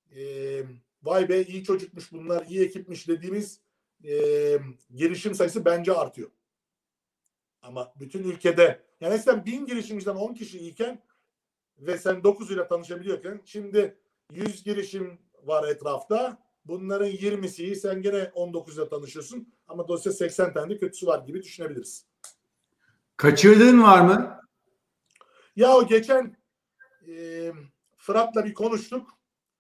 vay be iyi çocukmuş bunlar, iyi ekipmiş dediğimiz girişim sayısı bence artıyor. Ama bütün ülkede yani sen 1000 girişimciden 10 kişi iken ve sen 9 ile tanışabiliyorken şimdi 100 girişim var etrafta. Bunların 20'si iyi. Sen gene 19 ile tanışıyorsun. Ama dolayısıyla 80 tane de kötüsü var gibi düşünebiliriz. Kaçırdığın var mı? Ya o geçen Fırat'la bir konuştuk.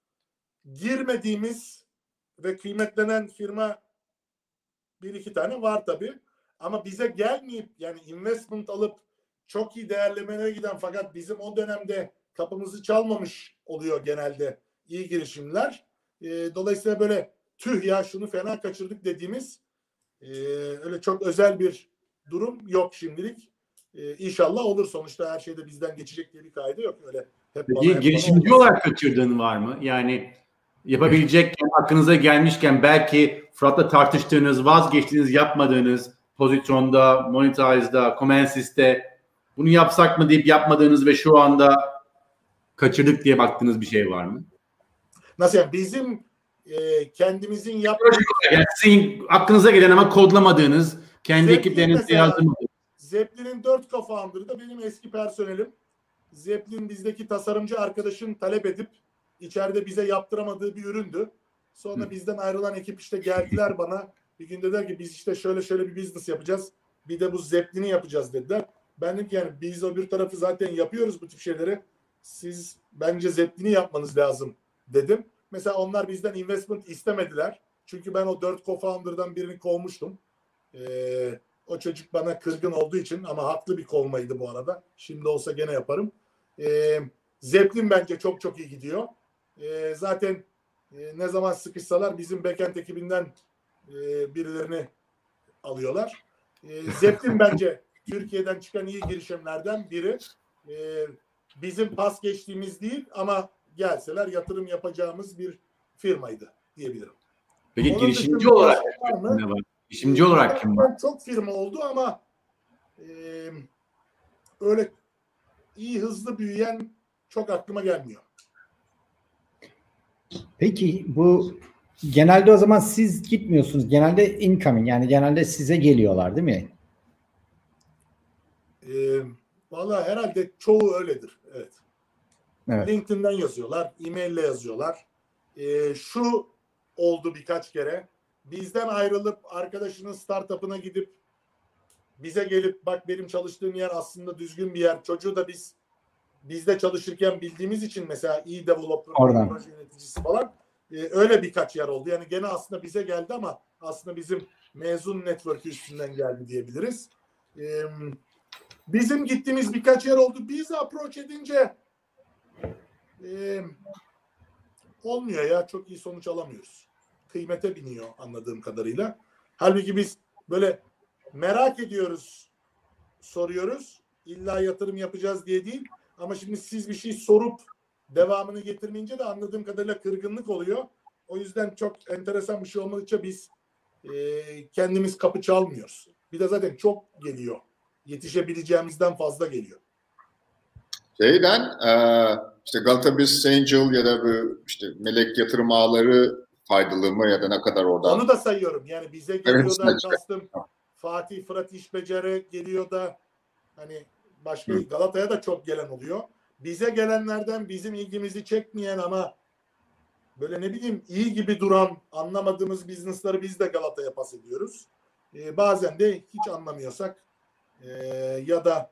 Girmediğimiz ve kıymetlenen firma bir iki tane var tabii. Ama bize gelmeyip yani investment alıp çok iyi değerlemelere giden fakat bizim o dönemde kapımızı çalmamış oluyor genelde iyi girişimler. Dolayısıyla böyle tüh ya şunu fena kaçırdık dediğimiz öyle çok özel bir durum yok şimdilik. İnşallah olur. Sonuçta her şeyde bizden geçecek diye bir kaydı yok. Öyle hep Peki girişimci olarak kaçırdığın var mı? Yani yapabilecekken, aklınıza gelmişken belki Fırat'la tartıştığınız, vazgeçtiğiniz, yapmadığınız Pozitrion'da, Monetize'da, Comensis'te bunu yapsak mı deyip yapmadığınız ve şu anda kaçırdık diye baktığınız bir şey var mı? Nasıl yani bizim kendimizin yaptığı yani sizin aklınıza gelen ama kodlamadığınız, kendi ekiplerinizde yazdığınız. Zeppelin'in 4 co-founder'ı da benim eski personelim. Zeppelin bizdeki tasarımcı arkadaşın talep edip içeride bize yaptıramadığı bir üründü. Sonra bizden ayrılan ekip işte geldiler bana. Bir gün dediler ki biz işte şöyle şöyle bir business yapacağız. Bir de bu Zeppelin'i yapacağız dediler. Ben dedim ki yani biz o bir tarafı zaten yapıyoruz bu tip şeyleri. Siz bence Zeppelin'i yapmanız lazım dedim. Mesela onlar bizden investment istemediler. Çünkü ben o 4 co-founder'dan birini kovmuştum. O çocuk bana kırgın olduğu için ama haklı bir kovmaydı bu arada. Şimdi olsa gene yaparım. Zeppelin bence çok çok iyi gidiyor. Zaten ne zaman sıkışsalar bizim backend ekibinden birilerini alıyorlar. Zeppelin bence Türkiye'den çıkan iyi girişimlerden biri. Bizim pas geçtiğimiz değil ama gelseler yatırım yapacağımız bir firmaydı diyebilirim. Peki girişimci olarak ne var? Girişimci olarak kim var? Çok firma oldu ama öyle iyi hızlı büyüyen çok aklıma gelmiyor. Peki bu genelde o zaman siz gitmiyorsunuz. Genelde incoming yani genelde size geliyorlar değil mi? Vallahi herhalde çoğu öyledir. Evet. Evet. LinkedIn'den yazıyorlar, e-maille yazıyorlar. Şu oldu birkaç kere. Bizden ayrılıp arkadaşının startup'ına gidip bize gelip bak benim çalıştığım yer aslında düzgün bir yer. Çocuğu da bizde çalışırken bildiğimiz için mesela iyi developer, proje yöneticisi falan öyle birkaç yer oldu. Yani gene aslında bize geldi ama aslında bizim mezun network üstünden geldi diyebiliriz. Bizim gittiğimiz birkaç yer oldu. Biz approach edince olmuyor ya. Çok iyi sonuç alamıyoruz. Kıymete biniyor anladığım kadarıyla. Halbuki biz böyle merak ediyoruz, soruyoruz. İlla yatırım yapacağız diye değil. Ama şimdi siz bir şey sorup devamını getirmeyince de anladığım kadarıyla kırgınlık oluyor. O yüzden çok enteresan bir şey olmadıkça biz kendimiz kapı çalmıyoruz. Bir de zaten çok geliyor. Yetişebileceğimizden fazla geliyor. İşte Galata Business Angel ya da bu işte melek yatırım ağları faydalı mı ya da ne kadar oradan? Onu da sayıyorum. Yani bize geliyor da kastım Fatih Fırat İşbecere geliyor da hani başka Galata'ya da çok gelen oluyor. Bize gelenlerden bizim ilgimizi çekmeyen ama böyle ne bileyim iyi gibi duran anlamadığımız business'ları biz de Galata'ya pas ediyoruz. Bazen de hiç anlamıyorsak ya da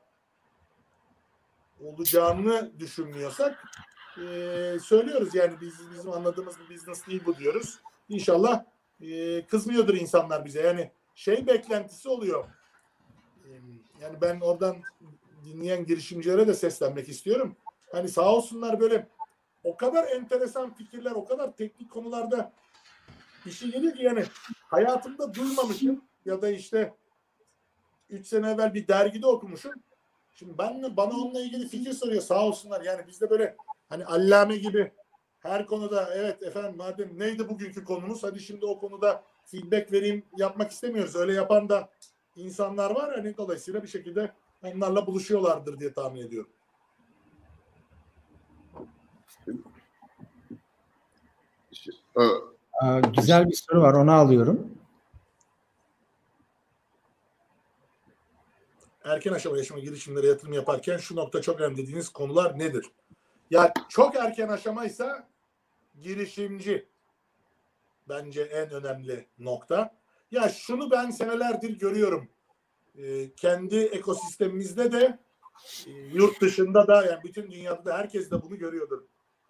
olacağını düşünmüyorsak söylüyoruz yani bizim anladığımız bir business değil bu diyoruz. İnşallah kızmıyordur insanlar bize. Yani şey beklentisi oluyor. Yani ben oradan dinleyen girişimcilere de seslenmek istiyorum. Hani sağ olsunlar böyle o kadar enteresan fikirler, o kadar teknik konularda bir şey geliyor ki yani hayatımda duymamışım ya da işte 3 sene evvel bir dergide okumuşum. Şimdi bana onunla ilgili fikir soruyor sağ olsunlar. Yani biz de böyle hani allame gibi her konuda evet efendim madem neydi bugünkü konumuz hadi şimdi o konuda feedback vereyim yapmak istemiyoruz. Öyle yapan da insanlar var. Hani dolayısıyla bir şekilde onlarla buluşuyorlardır diye tahmin ediyorum. Güzel bir soru var. Onu alıyorum. Erken aşama yaşama girişimlere yatırım yaparken şu nokta çok önemli dediğiniz konular nedir? Ya çok erken aşamaysa girişimci bence en önemli nokta. Ya şunu ben senelerdir görüyorum. Kendi ekosistemimizde de yurt dışında da yani bütün dünyada da herkes de bunu görüyordur.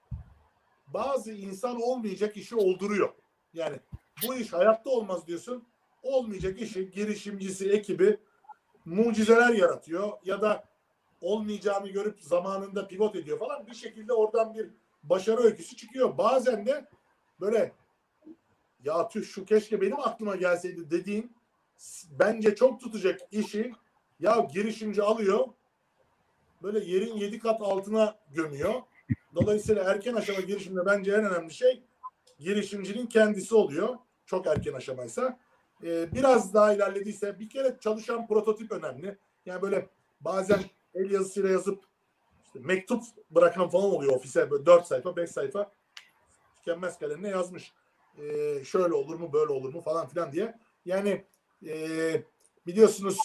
Bazı insan olmayacak işi olduruyor. Yani bu iş hayatta olmaz diyorsun. Olmayacak işi girişimcisi, ekibi mucizeler yaratıyor ya da olmayacağını görüp zamanında pivot ediyor falan. Bir şekilde oradan bir başarı öyküsü çıkıyor. Bazen de böyle ya tüh şu keşke benim aklıma gelseydi dediğin bence çok tutacak işi ya girişimci alıyor böyle yerin 7 kat altına gömüyor. Dolayısıyla erken aşama girişimde bence en önemli şey girişimcinin kendisi oluyor. Çok erken aşamaysa. Biraz daha ilerlediyse bir kere çalışan prototip önemli. Yani böyle bazen el yazısıyla yazıp işte mektup bırakan falan oluyor ofise. Böyle 4 sayfa 5 sayfa tükenmez kalemle yazmış. Şöyle olur mu böyle olur mu falan filan diye. Yani biliyorsunuz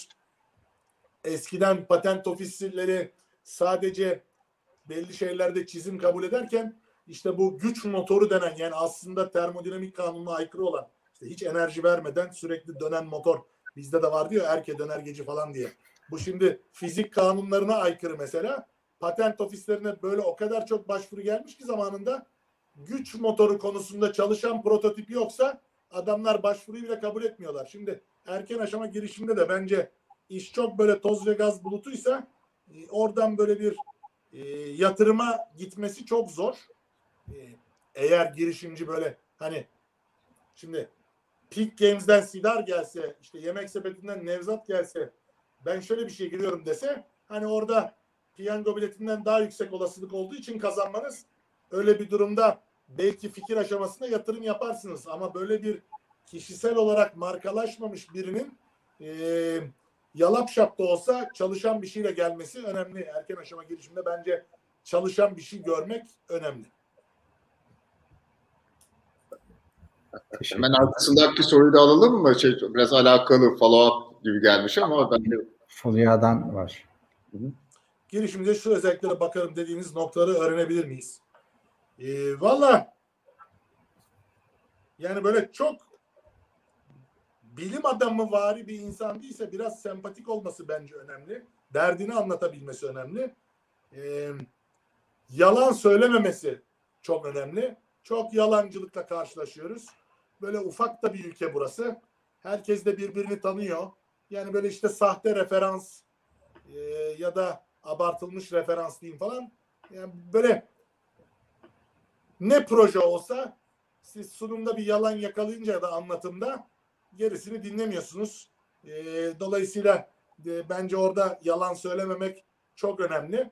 eskiden patent ofisleri sadece belli şeylerde çizim kabul ederken işte bu güç motoru denen yani aslında termodinamik kanununa aykırı olan işte hiç enerji vermeden sürekli dönen motor bizde de var diyor erke döner geci falan diye. Bu şimdi fizik kanunlarına aykırı mesela. Patent ofislerine böyle o kadar çok başvuru gelmiş ki zamanında güç motoru konusunda çalışan prototip yoksa adamlar başvuruyu bile kabul etmiyorlar. Şimdi erken aşama girişimde de bence iş çok böyle toz ve gaz bulutuysa oradan böyle bir yatırıma gitmesi çok zor. Eğer girişimci böyle hani şimdi Peak Games'den Sidar gelse işte Yemek Sepeti'nden Nevzat gelse ben şöyle bir şey giriyorum dese hani orada piyango biletinden daha yüksek olasılık olduğu için kazanmanız öyle bir durumda belki fikir aşamasında yatırım yaparsınız ama böyle bir kişisel olarak markalaşmamış birinin yalap şap da olsa çalışan bir şeyle gelmesi önemli. Erken aşama girişimde bence çalışan bir şey görmek önemli. Hemen arkasındaki soruyu da alalım mı? Biraz alakalı follow-up gibi gelmiş ama ben de... Fulya'dan var. Girişimde şu özelliklere bakarım dediğiniz noktaları öğrenebilir miyiz? Valla yani böyle çok bilim adamı vari bir insan değilse biraz sempatik olması bence önemli. Derdini anlatabilmesi önemli. Yalan söylememesi çok önemli. Çok yalancılıkla karşılaşıyoruz. Böyle ufak da bir ülke burası. Herkes de birbirini tanıyor. Yani böyle işte sahte referans ya da abartılmış referans diyeyim falan. Yani böyle ne proje olsa siz sunumda bir yalan yakalayınca ya da anlatımda gerisini dinlemiyorsunuz. Dolayısıyla bence orada yalan söylememek çok önemli.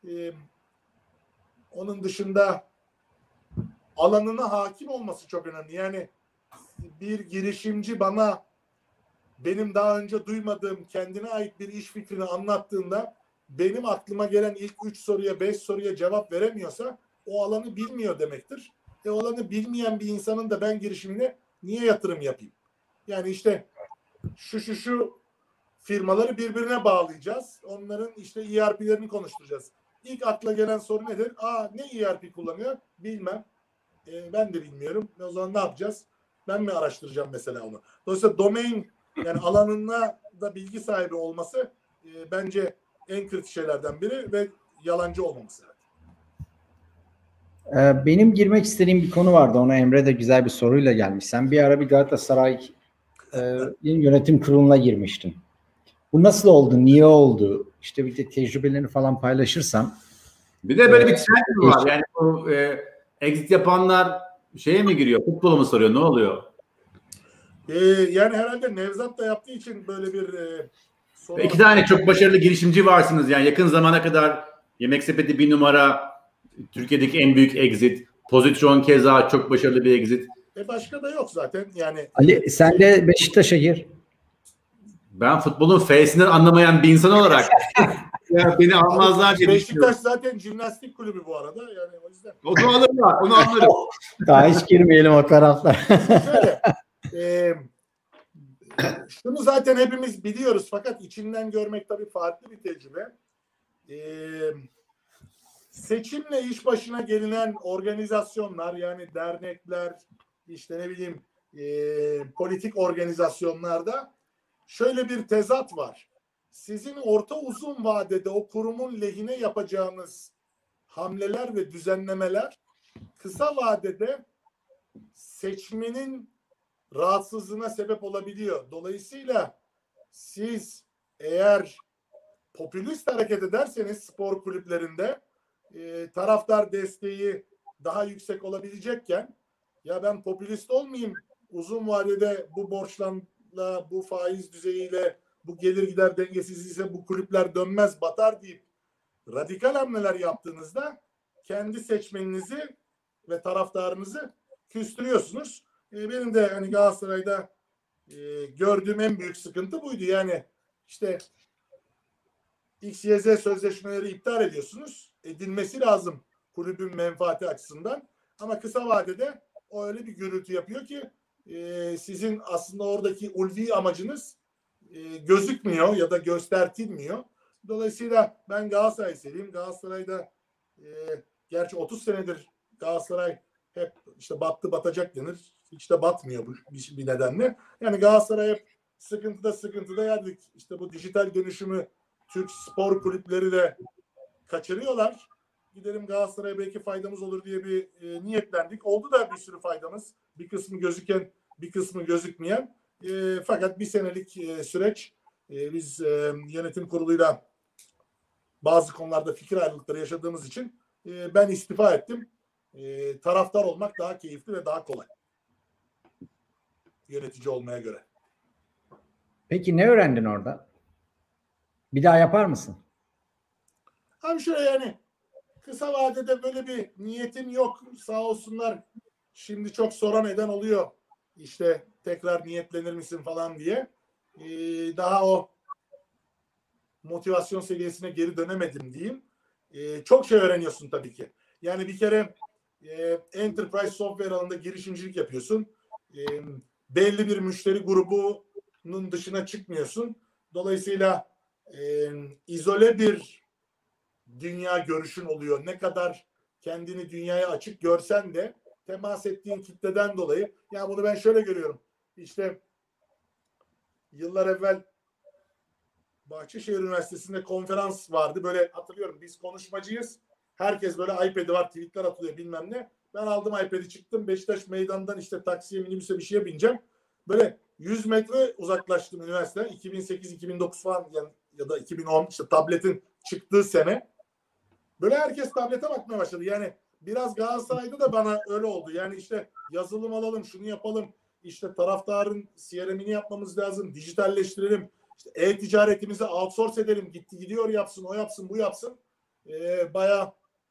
Onun dışında alanına hakim olması çok önemli. Yani bir girişimci bana benim daha önce duymadığım kendine ait bir iş fikrini anlattığında benim aklıma gelen ilk 3 soruya 5 soruya cevap veremiyorsa o alanı bilmiyor demektir. O alanı bilmeyen bir insanın da ben girişimine niye yatırım yapayım? Yani işte şu firmaları birbirine bağlayacağız. Onların işte ERP'lerini konuşturacağız. İlk akla gelen soru nedir? Ne ERP kullanıyor? Bilmem. Ben de bilmiyorum. O zaman ne yapacağız? Ben mi araştıracağım mesela onu? Dolayısıyla domain yani alanına da bilgi sahibi olması bence en kritik şeylerden biri ve yalancı olmaması. Benim girmek istediğim bir konu vardı. Ona Emre de güzel bir soruyla gelmiş. Sen bir ara bir Galatasaray yönetim kuruluna girmiştin. Bu nasıl oldu? Niye oldu? İşte bir de tecrübelerini falan paylaşırsan. Bir de böyle bir trend mi var? Yani bu exit yapanlar şeye mi giriyor? Futbola mı soruyor? Ne oluyor? Yani herhalde Nevzat da yaptığı için böyle bir soru. 2 tane çok başarılı girişimci varsınız. Yani yakın zamana kadar Yemek Sepeti bir numara, Türkiye'deki en büyük exit. Pozitron keza çok başarılı bir exit. Başka da yok zaten. Yani Ali sen de Beşiktaş'a gir. Ben futbolun F'sinden anlamayan bir insan olarak ya beni almazlar diye Beşiktaş zaten jimnastik kulübü bu arada. Yani o yüzden. Onu alırlar. Onu anlarım. Daha hiç girmeyelim o taraflar. Şöyle, şunu zaten hepimiz biliyoruz fakat içinden görmek tabii farklı bir tecrübe. Seçimle iş başına gelinen organizasyonlar, yani dernekler, işte ne bileyim politik organizasyonlarda şöyle bir tezat var. Sizin orta uzun vadede o kurumun lehine yapacağınız hamleler ve düzenlemeler kısa vadede seçmenin rahatsızlığına sebep olabiliyor. Dolayısıyla siz eğer popülist hareket ederseniz spor kulüplerinde taraftar desteği daha yüksek olabilecekken ya ben popülist olmayayım, uzun vadede bu borçlanla, bu faiz düzeyiyle, bu gelir gider dengesizliği ise bu kulüpler dönmez, batar deyip radikal hamleler yaptığınızda kendi seçmeninizi ve taraftarınızı küstürüyorsunuz. Benim de hani Galatasaray'da gördüğüm en büyük sıkıntı buydu. Yani işte XYZ sözleşmeleri iptal ediyorsunuz. Edilmesi lazım kulübün menfaati açısından. Ama kısa vadede o öyle bir gürültü yapıyor ki sizin aslında oradaki ulvi amacınız gözükmüyor ya da göstertilmiyor. Dolayısıyla ben Galatasaray'ı seveyim. Galatasaray'da gerçi 30 senedir Galatasaray hep işte battı batacak denir. Hiç de batmıyor bir nedenle. Yani Galatasaray hep sıkıntıda yerdik. İşte bu dijital dönüşümü Türk spor kulüpleri de kaçırıyorlar. Gidelim Galatasaray'a belki faydamız olur diye bir niyetlendik. Oldu da bir sürü faydamız. Bir kısmı gözüken, bir kısmı gözükmeyen. Fakat bir senelik süreç. Biz yönetim kuruluyla bazı konularda fikir ayrılıkları yaşadığımız için ben istifa ettim. Taraftar olmak daha keyifli ve daha kolay. Yönetici olmaya göre. Peki ne öğrendin orada? Bir daha yapar mısın? Abi şöyle yani kısa vadede böyle bir niyetim yok. Sağ olsunlar. Şimdi çok soran eden oluyor. İşte tekrar niyetlenir misin falan diye. Daha o motivasyon seviyesine geri dönemedim diyeyim. Çok şey öğreniyorsun tabii ki. Yani bir kere enterprise software alanında girişimcilik yapıyorsun. Belli bir müşteri grubunun dışına çıkmıyorsun. Dolayısıyla izole bir dünya görüşün oluyor. Ne kadar kendini dünyaya açık görsen de temas ettiğin kitleden dolayı. Yani bunu ben şöyle görüyorum. İşte yıllar evvel Bahçeşehir Üniversitesi'nde konferans vardı. Böyle hatırlıyorum, biz konuşmacıyız. Herkes böyle iPad'i var, tweetler atılıyor bilmem ne. Ben aldım iPad'i, çıktım Beşiktaş meydandan işte taksiye, minibüse bir şeye bineceğim. Böyle 100 metre uzaklaştım üniversiteden. 2008-2009 falan ya da 2010 işte tabletin çıktığı sene. Böyle herkes tablete bakmaya başladı. Yani biraz Galatasaray'da da bana öyle oldu. Yani işte yazılım alalım, şunu yapalım. İşte taraftarın CRM'ini yapmamız lazım. Dijitalleştirelim. İşte e-ticaretimizi outsource edelim. Gidiyor yapsın, o yapsın, bu yapsın. Bayağı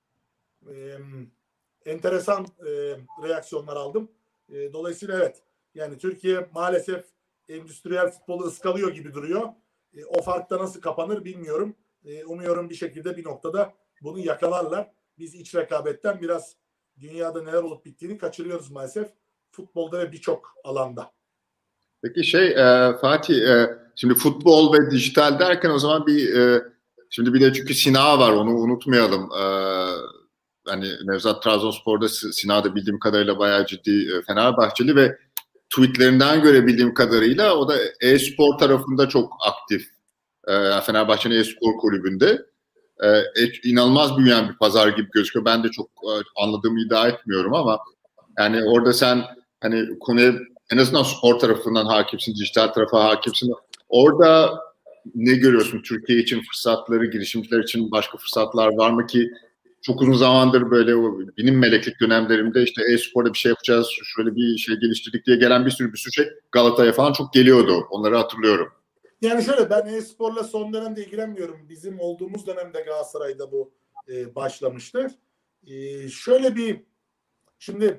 enteresan reaksiyonlar aldım. Dolayısıyla evet. Yani Türkiye maalesef endüstriyel futbolu ıskalıyor gibi duruyor. O farkta nasıl kapanır bilmiyorum. Umuyorum bir şekilde bir noktada bunu yakalarlar. Biz iç rekabetten biraz dünyada neler olup bittiğini kaçırıyoruz maalesef. Futbolda ve birçok alanda. Peki Fatih, şimdi futbol ve dijital derken o zaman şimdi bir de çünkü Sina var, onu unutmayalım. Hani Nevzat Trabzonspor'da, Sina da bildiğim kadarıyla bayağı ciddi Fenerbahçeli ve tweetlerinden görebildiğim kadarıyla o da e-spor tarafında çok aktif. Fenerbahçe'nin e-spor kulübünde. inanılmaz büyüyen bir pazar gibi gözüküyor. Ben de çok anladığımı iddia etmiyorum ama yani orada sen hani konuya en azından spor tarafından hakimsin, dijital tarafa hakimsin. Orada ne görüyorsun? Türkiye için fırsatları, girişimciler için başka fırsatlar var mı ki? Çok uzun zamandır böyle o benim meleklik dönemlerimde işte e-sporda bir şey yapacağız, şöyle bir şey geliştirdik diye gelen bir sürü şey Galata'ya falan çok geliyordu. Onları hatırlıyorum. Yani şöyle, ben e-sporla son dönemde ilgilenmiyorum. Bizim olduğumuz dönemde Galatasaray'da bu başlamıştı. Şöyle bir, şimdi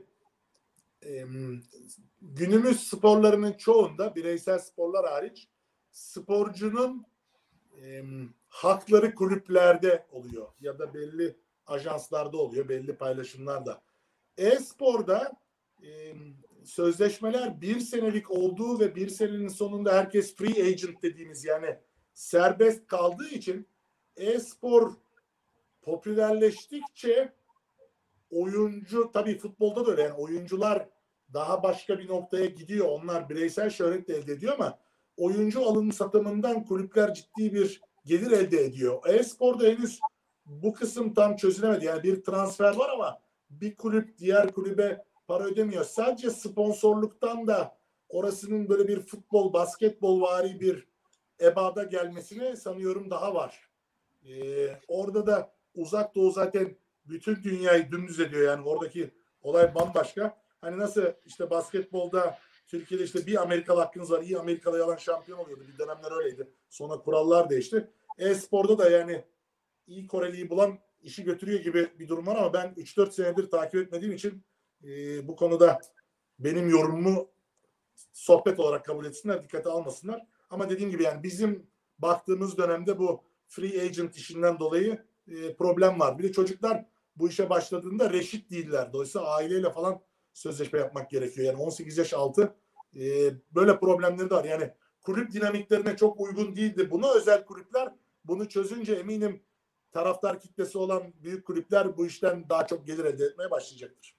günümüz sporlarının çoğunda, bireysel sporlar hariç, sporcunun hakları kulüplerde oluyor ya da belli ajanslarda oluyor, belli paylaşımlarda. E-sporda sözleşmeler bir senelik olduğu ve bir senenin sonunda herkes free agent dediğimiz, yani serbest kaldığı için e-spor popülerleştikçe oyuncu, tabii futbolda da öyle, yani oyuncular daha başka bir noktaya gidiyor. Onlar bireysel şöhret de elde ediyor ama oyuncu alım satımından kulüpler ciddi bir gelir elde ediyor. E-sporda henüz bu kısım tam çözülemedi. Yani bir transfer var ama bir kulüp diğer kulübe para ödemiyor. Sadece sponsorluktan da orasının böyle bir futbol, basketbol vari bir ebada gelmesine sanıyorum daha var. Orada da Uzak Doğu zaten bütün dünyayı dümdüz ediyor. Yani oradaki olay bambaşka. Hani nasıl işte basketbolda Türkiye'de işte bir Amerikalı hakkınız var, iyi Amerikalı yalan şampiyon oluyordu. Bir dönemler öyleydi. Sonra kurallar değişti. E-sporda da yani iyi Koreli'yi bulan işi götürüyor gibi bir durum var ama ben 3-4 senedir takip etmediğim için bu konuda benim yorumumu sohbet olarak kabul etsinler, dikkate almasınlar. Ama dediğim gibi yani bizim baktığımız dönemde bu free agent işinden dolayı problem var. Bir de çocuklar bu işe başladığında reşit değiller. Dolayısıyla aileyle falan sözleşme yapmak gerekiyor. Yani 18 yaş altı böyle problemleri de var. Yani kulüp dinamiklerine çok uygun değildi. Buna özel kulüpler bunu çözünce eminim taraftar kitlesi olan büyük kulüpler bu işten daha çok gelir elde etmeye başlayacaktır.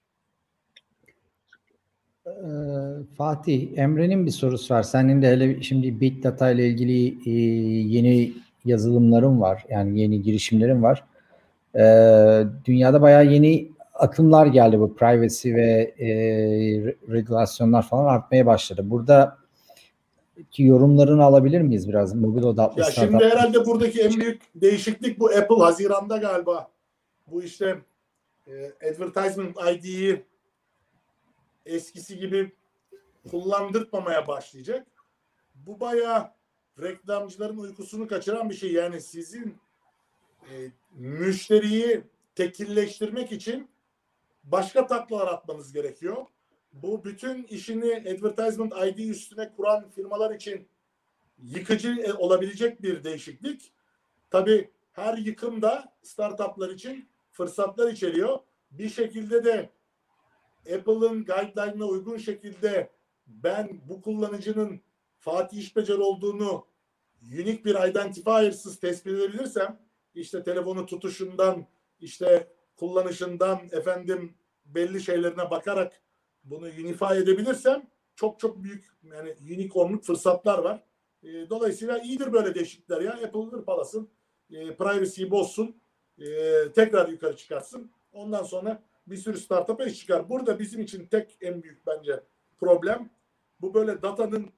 Fatih, Emre'nin bir sorusu var. Senin de hele şimdi Big Data ile ilgili yeni yazılımların var. Yani yeni girişimlerin var. Dünyada bayağı yeni akımlar geldi. Bu privacy ve regülasyonlar falan artmaya başladı. Buradaki yorumlarını alabilir miyiz biraz? Mobil odaklı. Ya şimdi herhalde buradaki en büyük değişiklik bu. Apple Haziran'da galiba bu işte advertisement ID'yi eskisi gibi kullandırtmamaya başlayacak. Bu bayağı reklamcıların uykusunu kaçıran bir şey. Yani sizin müşteriyi tekilleştirmek için başka taklalar atmanız gerekiyor. Bu bütün işini advertisement ID üstüne kuran firmalar için yıkıcı olabilecek bir değişiklik. Tabii her yıkım da startuplar için fırsatlar içeriyor. Bir şekilde de Apple'ın guideline'ına uygun şekilde ben bu kullanıcının Fatih İşbecer olduğunu unique bir identifier'sız tespit edebilirsem, işte telefonu tutuşundan, işte kullanışından, efendim belli şeylerine bakarak bunu unify edebilirsem çok çok büyük yani unicornluk fırsatlar var. Dolayısıyla iyidir böyle değişiklikler ya. Apple hırpalasın, privacy'yi bozsun, tekrar yukarı çıkarsın. Ondan sonra bir sürü startup'a iş çıkar. Burada bizim için tek en büyük bence problem bu, böyle datanın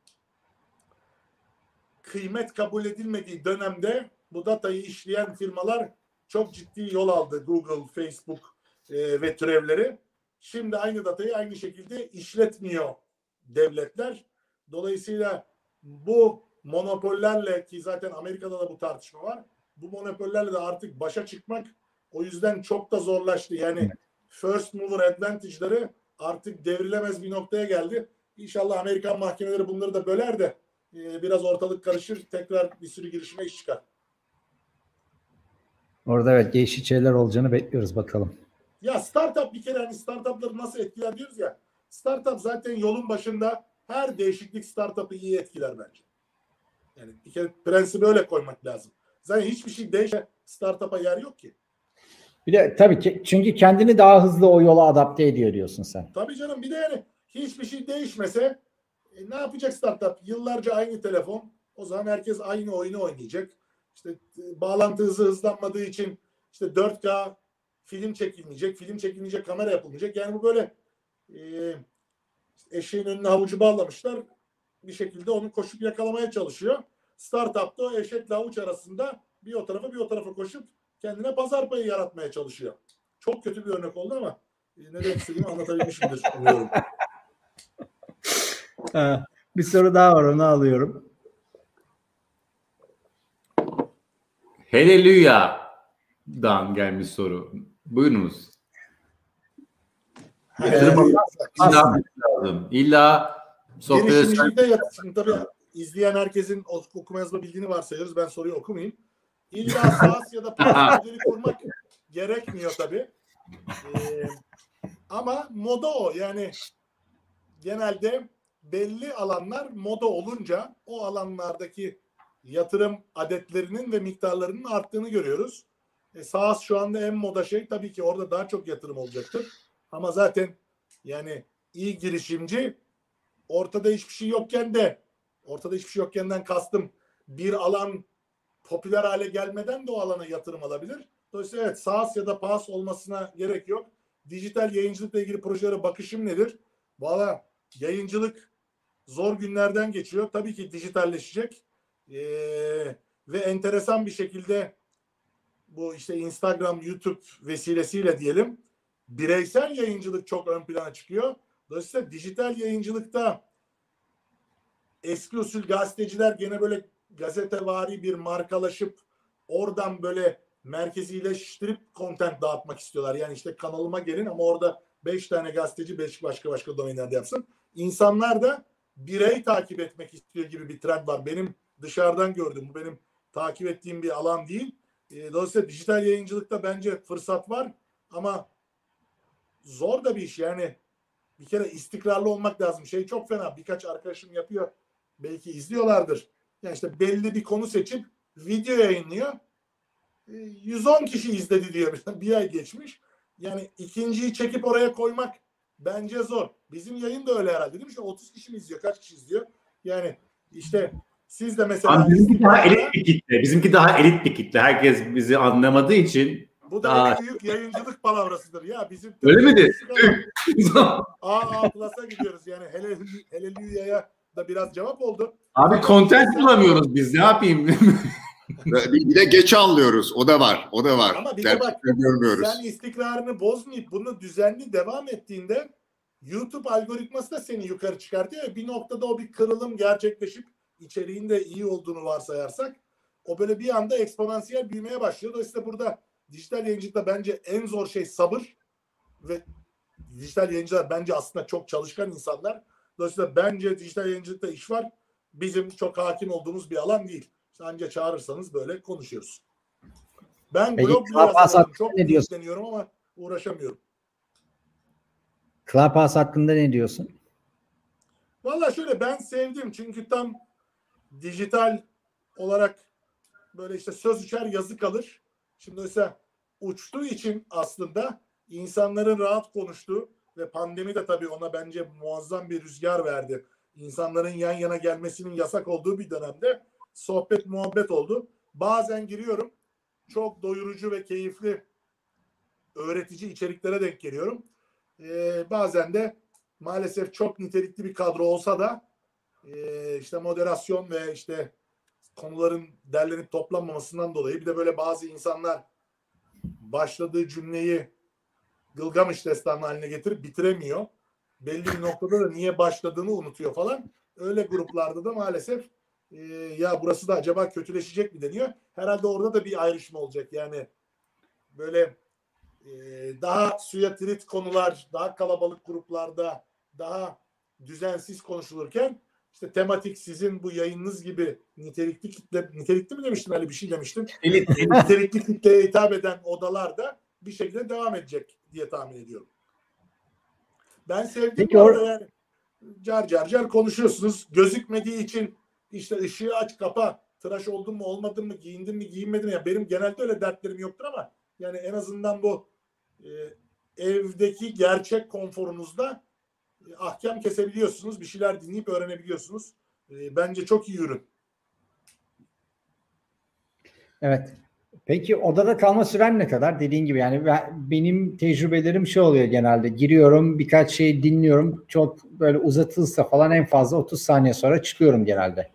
kıymet kabul edilmediği dönemde bu datayı işleyen firmalar çok ciddi yol aldı. Google, Facebook ve türevleri. Şimdi aynı datayı aynı şekilde işletmiyor devletler. Dolayısıyla bu monopollerle, ki zaten Amerika'da da bu tartışma var, bu monopollerle de artık başa çıkmak o yüzden çok da zorlaştı. Yani first mover advantage'ları artık devrilemez bir noktaya geldi. İnşallah Amerikan mahkemeleri bunları da böler de biraz ortalık karışır, tekrar bir sürü girişime iş çıkar. Orada evet değişik şeyler olacağını bekliyoruz bakalım. Ya startup bir kere hani startupları nasıl etkiler diyoruz ya. Startup zaten yolun başında, her değişiklik startup'ı iyi etkiler bence. Yani bir kere prensibi öyle koymak lazım. Zaten hiçbir şey değişe startup'a yer yok ki. Bir de tabii ki çünkü kendini daha hızlı o yola adapte ediyor diyorsun sen. Tabii canım, bir de yani hiçbir şey değişmese ne yapacak startup? Yıllarca aynı telefon. O zaman herkes aynı oyunu oynayacak. İşte bağlantı hızı hızlanmadığı için işte 4K film çekilmeyecek. Film çekilmeyecek, kamera yapılmayacak. Yani bu böyle eşeğin önüne havucu bağlamışlar. Bir şekilde onu koşup yakalamaya çalışıyor. Startup'ta o eşekle havuç arasında bir o tarafa bir o tarafa koşup kendine pazar payı yaratmaya çalışıyor. Çok kötü bir örnek oldu ama ne demek istediğimi anlatabilmişimdir. Umuyorum. Bir soru daha var, onu alıyorum. Hallelujah'dan gelmiş soru. Buyurunuz. İlla sohbet girişimcilikte şimdi tabii izleyen herkesin okuma yazma bildiğini varsayıyoruz. Ben soruyu okumayayım. İlla SaaS ya da PaaS modeli kurmak gerekmiyor tabii. Ama moda o. Yani genelde belli alanlar moda olunca o alanlardaki yatırım adetlerinin ve miktarlarının arttığını görüyoruz. SaaS şu anda en moda şey, tabii ki orada daha çok yatırım olacaktır. Ama zaten yani iyi girişimci ortada hiçbir şey yokkenden kastım bir alan popüler hale gelmeden de o alana yatırım alabilir. Dolayısıyla evet, SaaS ya da PaaS olmasına gerek yok. Dijital yayıncılıkla ilgili projelere bakışım nedir? Valla yayıncılık zor günlerden geçiyor. Tabii ki dijitalleşecek. Ve enteresan bir şekilde bu işte Instagram, YouTube vesilesiyle diyelim bireysel yayıncılık çok ön plana çıkıyor. Dolayısıyla dijital yayıncılıkta eski usul gazeteciler gene böyle gazetevari bir markalaşıp oradan böyle merkezileştirip content dağıtmak istiyorlar. Yani işte kanalıma gelin ama orada 5 tane gazeteci 5 başka domainlerde yapsın. İnsanlar da birey takip etmek istiyor gibi bir trend var. Benim dışarıdan gördüğüm, bu benim takip ettiğim bir alan değil. Dolayısıyla dijital yayıncılıkta bence fırsat var ama zor da bir iş. Yani bir kere istikrarlı olmak lazım. Şey çok fena. Birkaç arkadaşım yapıyor. Belki izliyorlardır. Yani işte belli bir konu seçip video yayınlıyor. 110 kişi izledi diyor. Bir ay geçmiş. Yani ikinciyi çekip oraya koymak bence zor. Bizim yayın da öyle herhalde değil mi? İşte 30 kişi mi izliyor? Kaç kişi izliyor? Yani işte siz de mesela bizimki daha elit bir kitle. Bizimki daha elit bir kitle. Herkes bizi anlamadığı için bu da en büyük yayıncılık palavrasıdır ya. Bizim öyle midir? Plus'a gidiyoruz yani. Hallelujah'ya da biraz cevap oldu. Abi content bulamıyoruz biz. Ne yapayım? Bir de geç anlıyoruz. O da var. Ama bir de bak, görmüyoruz. sen istikrarını bozmayıp bunu düzenli devam ettiğinde YouTube algoritması da seni yukarı çıkartıyor. Bir noktada o bir kırılım gerçekleşip içeriğin de iyi olduğunu varsayarsak o böyle bir anda eksponansiyel büyümeye başlıyor. Dolayısıyla burada dijital yayıncılıkta bence en zor şey sabır ve dijital yayıncılar bence aslında çok çalışkan insanlar. Dolayısıyla bence dijital yayıncılıkta iş var. Bizim çok hakim olduğumuz bir alan değil. Anca çağırırsanız böyle konuşuyoruz. Ben blog bile yazamıyorum. Çok ilgileniyorum ama uğraşamıyorum. Clubhouse hakkında ne diyorsun? Vallahi şöyle, ben sevdim çünkü tam dijital olarak böyle işte söz uçar yazı kalır. Şimdi mesela uçtuğu için aslında insanların rahat konuştuğu ve pandemi de tabii ona bence muazzam bir rüzgar verdi. İnsanların yan yana gelmesinin yasak olduğu bir dönemde sohbet muhabbet oldu. Bazen giriyorum, çok doyurucu ve keyifli öğretici içeriklere denk geliyorum. Bazen de maalesef çok nitelikli bir kadro olsa da işte moderasyon ve işte konuların derlenip toplanmamasından dolayı bir de böyle bazı insanlar başladığı cümleyi Gılgamış destanı haline getirip bitiremiyor. Belli bir noktada da niye başladığını unutuyor falan. Öyle gruplarda da maalesef ya burası da acaba kötüleşecek mi deniyor. Herhalde orada da bir ayrışma olacak. Yani böyle daha suya tirit konular, daha kalabalık gruplarda, daha düzensiz konuşulurken işte tematik, sizin bu yayınınız gibi nitelikli mi demiştim, öyle bir şey demiştim. Nitelikli kitleye hitap eden odalarda bir şekilde devam edecek diye tahmin ediyorum. Ben sevdim. Peki yani car konuşuyorsunuz. Gözükmediği için işte ışığı aç kapa, tıraş oldun mu olmadın mı, giyindin mi giyinmedin mi? Ya benim genelde öyle dertlerim yoktur ama yani en azından bu evdeki gerçek konforunuzda ahkam kesebiliyorsunuz. Bir şeyler dinleyip öğrenebiliyorsunuz. Bence çok iyi ürün. Evet. Peki odada kalma süren ne kadar? Dediğin gibi yani benim tecrübelerim şey oluyor genelde. Giriyorum, birkaç şey dinliyorum. Çok böyle uzatılsa falan en fazla 30 saniye sonra çıkıyorum genelde.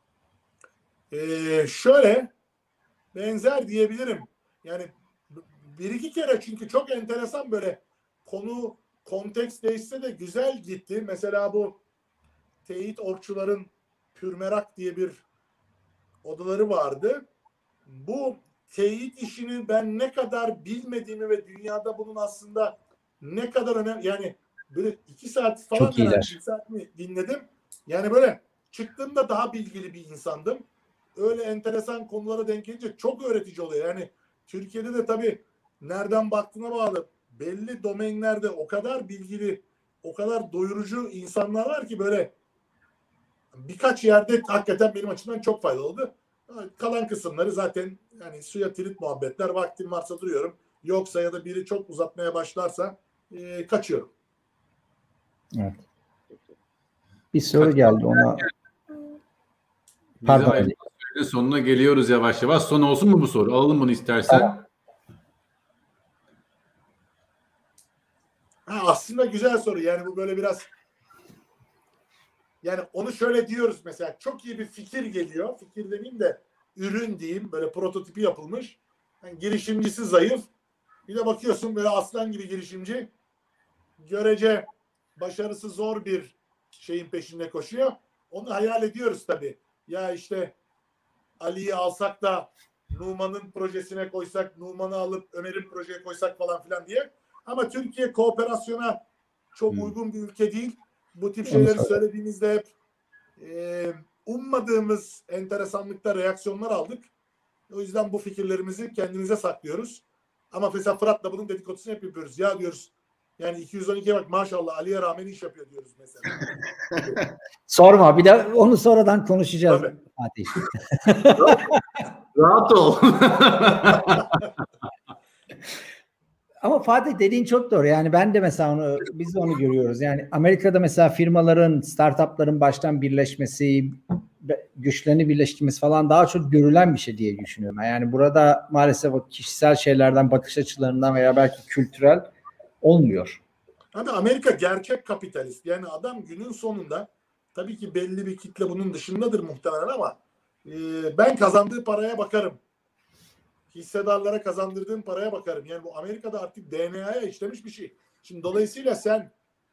Şöyle benzer diyebilirim. Yani bir iki kere çünkü çok enteresan böyle konu konteks değişse de güzel gitti. Mesela bu teyit orçuların Pürmerak diye bir odaları vardı. Bu teyit işini ben ne kadar bilmediğimi ve dünyada bunun aslında ne kadar önemli, yani böyle 2 saat falan Çok herhalde, iyiler. 1 saat mi dinledim. Yani böyle çıktığımda daha bilgili bir insandım. Öyle enteresan konulara denk gelince çok öğretici oluyor. Yani Türkiye'de de tabii nereden baktığına bağlı. Belli domainlerde o kadar bilgili, o kadar doyurucu insanlar var ki böyle birkaç yerde hakikaten benim açımdan çok faydalı oldu. Kalan kısımları zaten yani suya tirit muhabbetler, vaktim varsa duruyorum. Yoksa ya da biri çok uzatmaya başlarsa kaçıyorum. Evet. Bir soru geldi ona. Pardon. Biz sonuna geliyoruz yavaş yavaş. Son olsun mu bu soru? Alalım bunu istersen. Tamam. Aslında güzel soru. Yani bu böyle biraz, yani onu şöyle diyoruz mesela, çok iyi bir fikir geliyor. Fikir demeyeyim de ürün diyeyim. Böyle prototipi yapılmış. Yani girişimcisi zayıf. Bir de bakıyorsun böyle aslan gibi girişimci, görece başarısı zor bir şeyin peşinde koşuyor. Onu hayal ediyoruz tabii. Ya işte Ali'yi alsak da Numan'ın projesine koysak, Numan'ı alıp Ömer'in projeye koysak falan filan diye. Ama Türkiye kooperasyona çok uygun bir ülke değil. Bu tip şeyleri söylediğimizde hep ummadığımız enteresanlıkta reaksiyonlar aldık. O yüzden bu fikirlerimizi kendimize saklıyoruz. Ama mesela Fırat'la bunun dedikodusunu hep yapıyoruz. Ya diyoruz, yani 212'ye bak maşallah Ali'ye rağmen iş yapıyor diyoruz mesela. Sorma, bir de onu sonradan konuşacağız. Tabii. Fatih. Rahat ol. Ama Fatih dediğin çok doğru. Yani ben de mesela biz de onu görüyoruz. Yani Amerika'da mesela firmaların, startupların baştan birleşmesi, güçlerini birleştirmesi falan daha çok görülen bir şey diye düşünüyorum. Yani burada maalesef o kişisel şeylerden, bakış açılarından veya belki kültürel olmuyor. Abi Amerika gerçek kapitalist. Yani adam günün sonunda, tabii ki belli bir kitle bunun dışındadır muhtemelen ama ben kazandığı paraya bakarım. Hissedarlara kazandırdığım paraya bakarım. Yani bu Amerika'da artık DNA'ya işlemiş bir şey. Şimdi dolayısıyla sen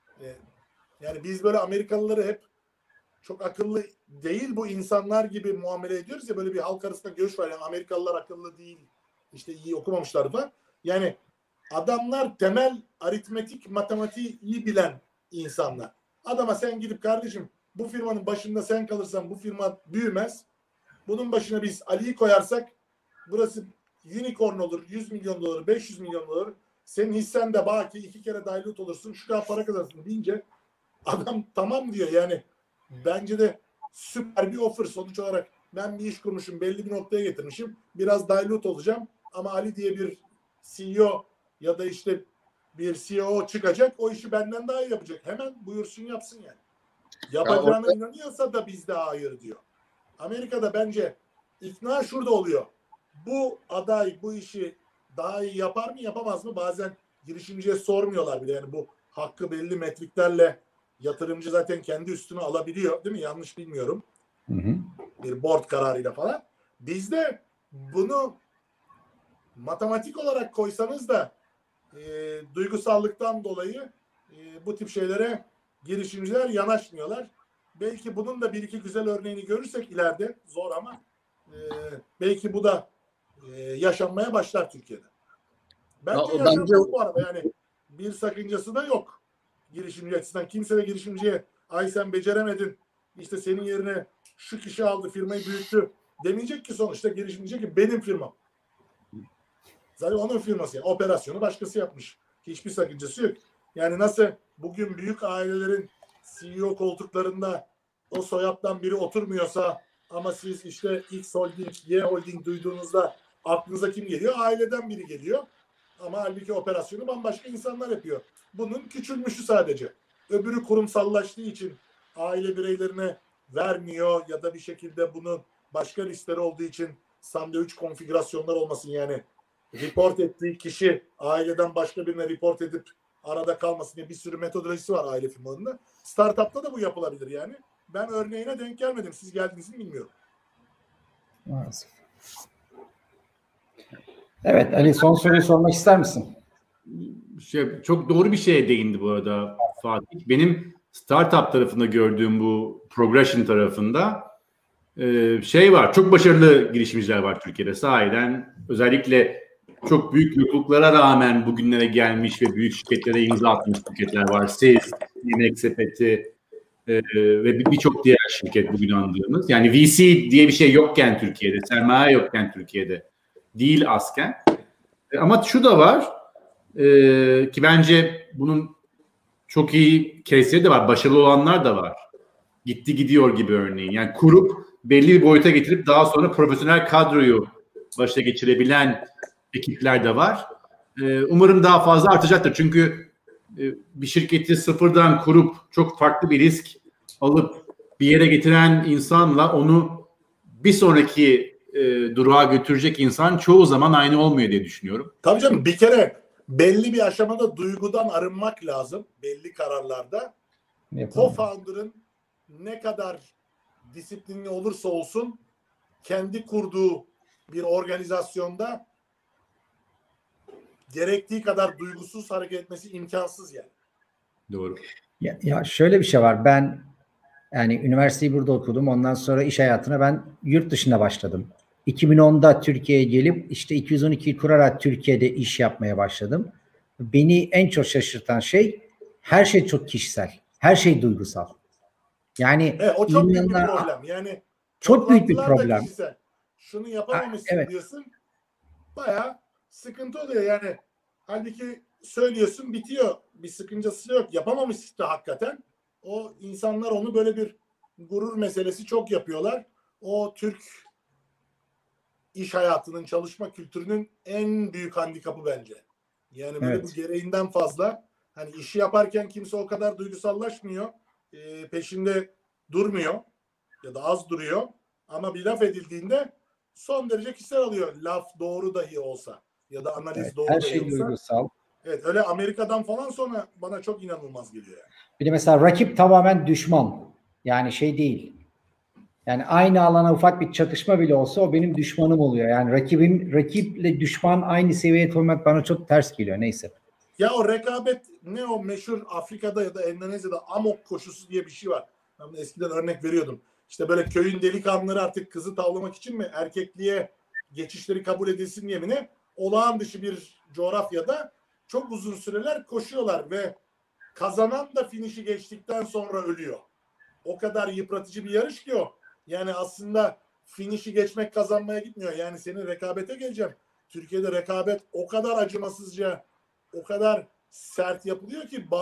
yani biz böyle Amerikalıları hep çok akıllı değil bu insanlar gibi muamele ediyoruz ya, böyle bir halk arasında görüş var. Yani Amerikalılar akıllı değil, işte iyi okumamışlar da. Yani adamlar temel aritmetik, matematiği iyi bilen insanlar. Adama sen gidip kardeşim bu firmanın başında sen kalırsan bu firma büyümez. Bunun başına biz Ali'yi koyarsak burası unicorn olur, 100 milyon dolar, 500 milyon dolar. Senin hissen de baki 2 kere dilute olursun, şu kadar para kazanırsın deyince adam tamam diyor. Yani bence de süper bir offer sonuç olarak. Ben bir iş kurmuşum, belli bir noktaya getirmişim. Biraz dilute olacağım ama Ali diye bir CEO ya da işte bir CEO çıkacak, o işi benden daha iyi yapacak. Hemen buyursun yapsın yani. Yapacağına inanıyorsa da bizde hayır diyor. Amerika'da bence ikna şurada oluyor. Bu aday bu işi daha iyi yapar mı yapamaz mı? Bazen girişimciye sormuyorlar bile. Yani bu hakkı belli metriklerle yatırımcı zaten kendi üstüne alabiliyor. Değil mi? Yanlış bilmiyorum. Hı hı. Bir board kararıyla falan. Bizde bunu matematik olarak koysanız da duygusallıktan dolayı bu tip şeylere girişimciler yanaşmıyorlar. Belki bunun da bir iki güzel örneğini görürsek ileride, zor ama belki bu da yaşanmaya başlar Türkiye'de. Bence yaşanmaz bu arada, yani bir sakıncası da yok girişimci açısından. Kimse de girişimciye ay sen beceremedin, işte senin yerine şu kişi aldı firmayı büyüttü demeyecek ki. Sonuçta girişimci ki benim firmam. Zaten onun firması, yani operasyonu başkası yapmış. Hiçbir sakıncası yok. Yani nasıl bugün büyük ailelerin CEO koltuklarında o soyaddan biri oturmuyorsa ama siz işte X Holding, Y Holding duyduğunuzda aklınıza kim geliyor? Aileden biri geliyor. Ama halbuki operasyonu bambaşka insanlar yapıyor. Bunun küçülmüşü sadece. Öbürü kurumsallaştığı için aile bireylerine vermiyor ya da bir şekilde bunun başka riskleri olduğu için sandviç konfigürasyonlar olmasın yani. Report ettiği kişi aileden başka birine report edip arada kalmasın diye bir sürü metodolojisi var aile firmalarında. Startup'ta da bu yapılabilir yani. Ben örneğine denk gelmedim. Siz geldiniz mi bilmiyorum. Maalesef. Evet Ali, son soruyu sormak ister misin? Çok doğru bir şeye değindi bu arada Fatih. Benim startup tarafında gördüğüm bu progression tarafında var. Çok başarılı girişimciler var Türkiye'de. Sahiden özellikle çok büyük yokluklara rağmen bugünlere gelmiş ve büyük şirketlere imza atmış şirketler var. Siz, Yemek Sepeti ve birçok diğer şirket bugün andığımız. Yani VC diye bir şey yokken Türkiye'de, sermaye yokken Türkiye'de değil asken. Ama şu da var ki bence bunun çok iyi case'leri de var. Başarılı olanlar da var. Gitti gidiyor gibi örneğin. Yani kurup belli bir boyuta getirip daha sonra profesyonel kadroyu başa geçirebilen ekipler de var. Umarım daha fazla artacaktır. Çünkü bir şirketi sıfırdan kurup çok farklı bir risk alıp bir yere getiren insanla onu bir sonraki durağa götürecek insan çoğu zaman aynı olmuyor diye düşünüyorum. Tabii canım, bir kere belli bir aşamada duygudan arınmak lazım. Belli kararlarda. Co-founder'ın ne kadar disiplinli olursa olsun kendi kurduğu bir organizasyonda gerektiği kadar duygusuz hareket etmesi imkansız yani. Doğru. Ya şöyle bir şey var. Ben yani üniversiteyi burada okudum. Ondan sonra iş hayatına ben yurt dışında başladım. 2010'da Türkiye'ye gelip işte 212'yi kurarak Türkiye'de iş yapmaya başladım. Beni en çok şaşırtan şey, her şey çok kişisel. Her şey duygusal. Yani o çok büyük bir problem. Yani çok büyük bir problem. Kişisel. Şunu yapamamışsın diyorsun. Bayağı sıkıntı oluyor yani. Halbuki söylüyorsun, bitiyor. Bir sıkıntısı yok. Yapamamışsın da hakikaten. O insanlar onu böyle bir gurur meselesi çok yapıyorlar. O Türk iş hayatının, çalışma kültürünün en büyük handikapı bence. Yani böyle bu gereğinden fazla. Hani işi yaparken kimse o kadar duygusallaşmıyor. Peşinde durmuyor. Ya da az duruyor. Ama bir laf edildiğinde son derece kişisel alıyor. Laf doğru dahi olsa. Ya da analiz doğru dahi olsa. Her şey duygusal. Evet, öyle Amerika'dan falan sonra bana çok inanılmaz geliyor yani. Bir de mesela rakip tamamen düşman. Yani şey değil. Yani aynı alana ufak bir çatışma bile olsa o benim düşmanım oluyor. Yani rakiple düşman aynı seviyeye koymak bana çok ters geliyor. Neyse. Ya o rekabet ne, o meşhur Afrika'da ya da Endonezya'da amok koşusu diye bir şey var. Ben eskiden örnek veriyordum. İşte böyle köyün delikanlıları artık kızı tavlamak için mi, erkekliğe geçişleri kabul edilsin diye mi ne, olağan dışı bir coğrafyada çok uzun süreler koşuyorlar ve kazanan da finişi geçtikten sonra ölüyor. O kadar yıpratıcı bir yarış ki o. Yani aslında finişi geçmek kazanmaya gitmiyor. Yani senin rekabete geleceğim. Türkiye'de rekabet o kadar acımasızca, o kadar sert yapılıyor ki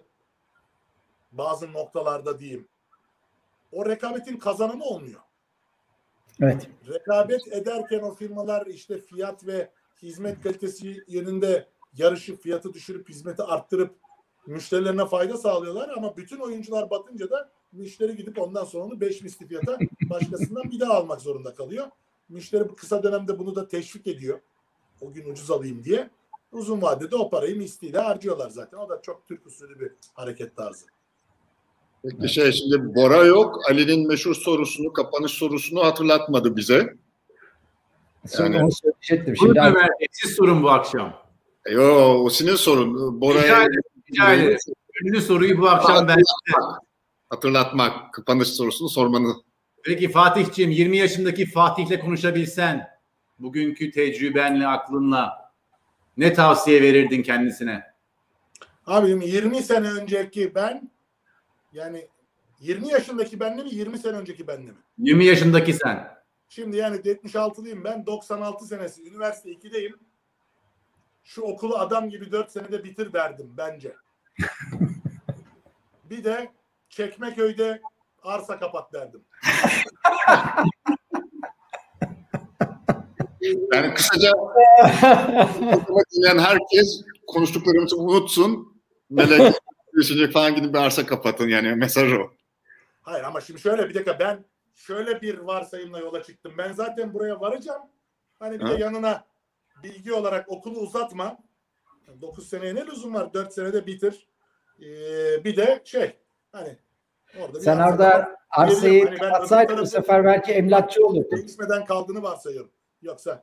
bazı noktalarda diyeyim. O rekabetin kazananı olmuyor. Evet. Rekabet ederken o firmalar işte fiyat ve hizmet kalitesi yönünde yarışıp fiyatı düşürüp hizmeti arttırıp müşterilerine fayda sağlıyorlar ama bütün oyuncular batınca da müşteri gidip ondan sonra onu 5 misli fiyata başkasından bir daha almak zorunda kalıyor. Müşteri bu kısa dönemde bunu da teşvik ediyor. O gün ucuz alayım diye. Uzun vadede o parayı misliyle harcıyorlar zaten. O da çok Türk usulü bir hareket tarzı. Peki şimdi Bora yok. Ali'nin meşhur sorusunu, kapanış sorusunu hatırlatmadı bize. Yani onu söyleyecektim. Şimdi siz sorun bu akşam. O senin sorun. Bora'ya ünlü soruyu bu akşam ben hatırlatmak, kapanış sorusunu sormanı. Peki Fatih'ciğim, 20 yaşındaki Fatih'le konuşabilsen, bugünkü tecrübenle, aklınla ne tavsiye verirdin kendisine? Abim 20 sene önceki ben, yani 20 yaşındaki benle mi, 20 sene önceki benle mi? 20 yaşındaki sen. Şimdi yani 76'lıyım ben, 96 senesi üniversite 2'deyim. Şu okulu adam gibi 4 senede bitir derdim bence. Bir de Çekmeköy'de arsa kapat derdim. Yani kısaca dinleyen herkes konuştuklarımızı unutsun. Melek düşünecek falan, gidip bir arsa kapatın, yani mesaj o. Hayır ama şimdi şöyle bir dakika, ben şöyle bir varsayımla yola çıktım. Ben zaten buraya varacağım. Hani bir de yanına bilgi olarak okulu uzatma. 9 seneye ne lüzum var? 4 senede bitir. Bir de hani orada sen orada arsayı kapatsaydın bu sefer belki emlakçı olurdun. Değişmeden kaldığını varsayıyorum. Yoksa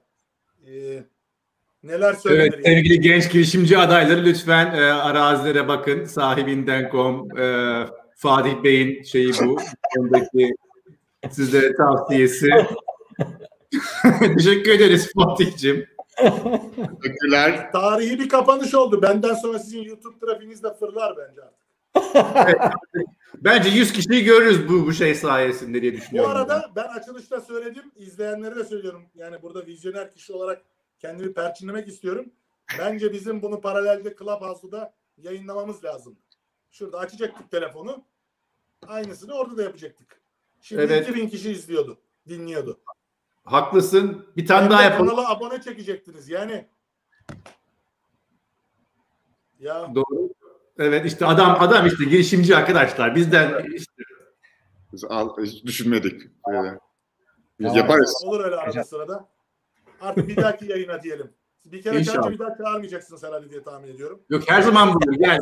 neler söylenir? Evet, sevgili genç girişimci adayları lütfen arazilere bakın. Sahibinden.com, Fatih Bey'in şeyi bu. Ondaki size tavsiyesi. Teşekkür ederiz Fatih'cim. Teşekkürler. Tarihi bir kapanış oldu. Benden sonra sizin YouTube trafiğiniz de fırlar bence artık. Bence 100 kişiyi görürüz bu şey sayesinde diye düşünüyorum. Bu arada ben açılışta söyledim. İzleyenlere de söylüyorum. Yani burada vizyoner kişi olarak kendimi perçinlemek istiyorum. Bence bizim bunu paralelde Clubhouse'da yayınlamamız lazım. Şurada açacaktık telefonu. Aynısını orada da yapacaktık. Şimdi evet. 2000 kişi izliyordu, dinliyordu. Haklısın. Bir tane daha yapalım. Kanala abone çekecektiniz yani. Ya. Doğru. Evet işte adam işte girişimci arkadaşlar. Bizden işte. Biz düşünmedik. Biz Tamam. yaparız. Olur öyle arada sırada. Artık bir dahaki yayına diyelim. Bir kere çağırınca bir daha çağırmayacaksınız herhalde diye tahmin ediyorum. Yok her zaman bunu gel.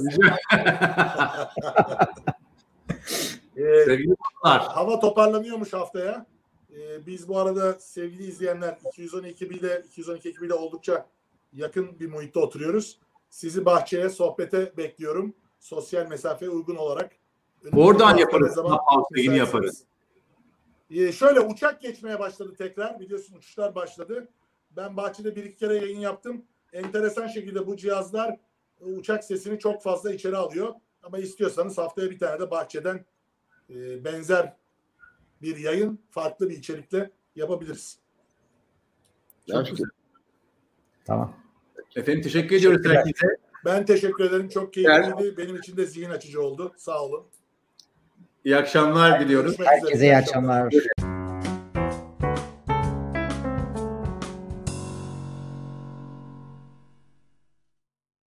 Sevgili hava toparlanıyormuş haftaya. Biz bu arada sevgili izleyenler 212 ekibiyle oldukça yakın bir muhitte oturuyoruz. Sizi bahçeye, sohbete bekliyorum. Sosyal mesafeye uygun olarak. Oradan yaparız. Yeni yaparız. Şöyle uçak geçmeye başladı tekrar. Biliyorsun uçuşlar başladı. Ben bahçede 1-2 kere yayın yaptım. Enteresan şekilde bu cihazlar uçak sesini çok fazla içeri alıyor. Ama istiyorsanız haftaya bir tane de bahçeden benzer bir yayın farklı bir içerikle yapabiliriz. Tamam. Efendim teşekkür ediyoruz herkese. Ben teşekkür ederim. Çok keyifliydi. Benim için de zihin açıcı oldu. Sağ olun. İyi akşamlar diliyoruz. Herkese iyi akşamlar.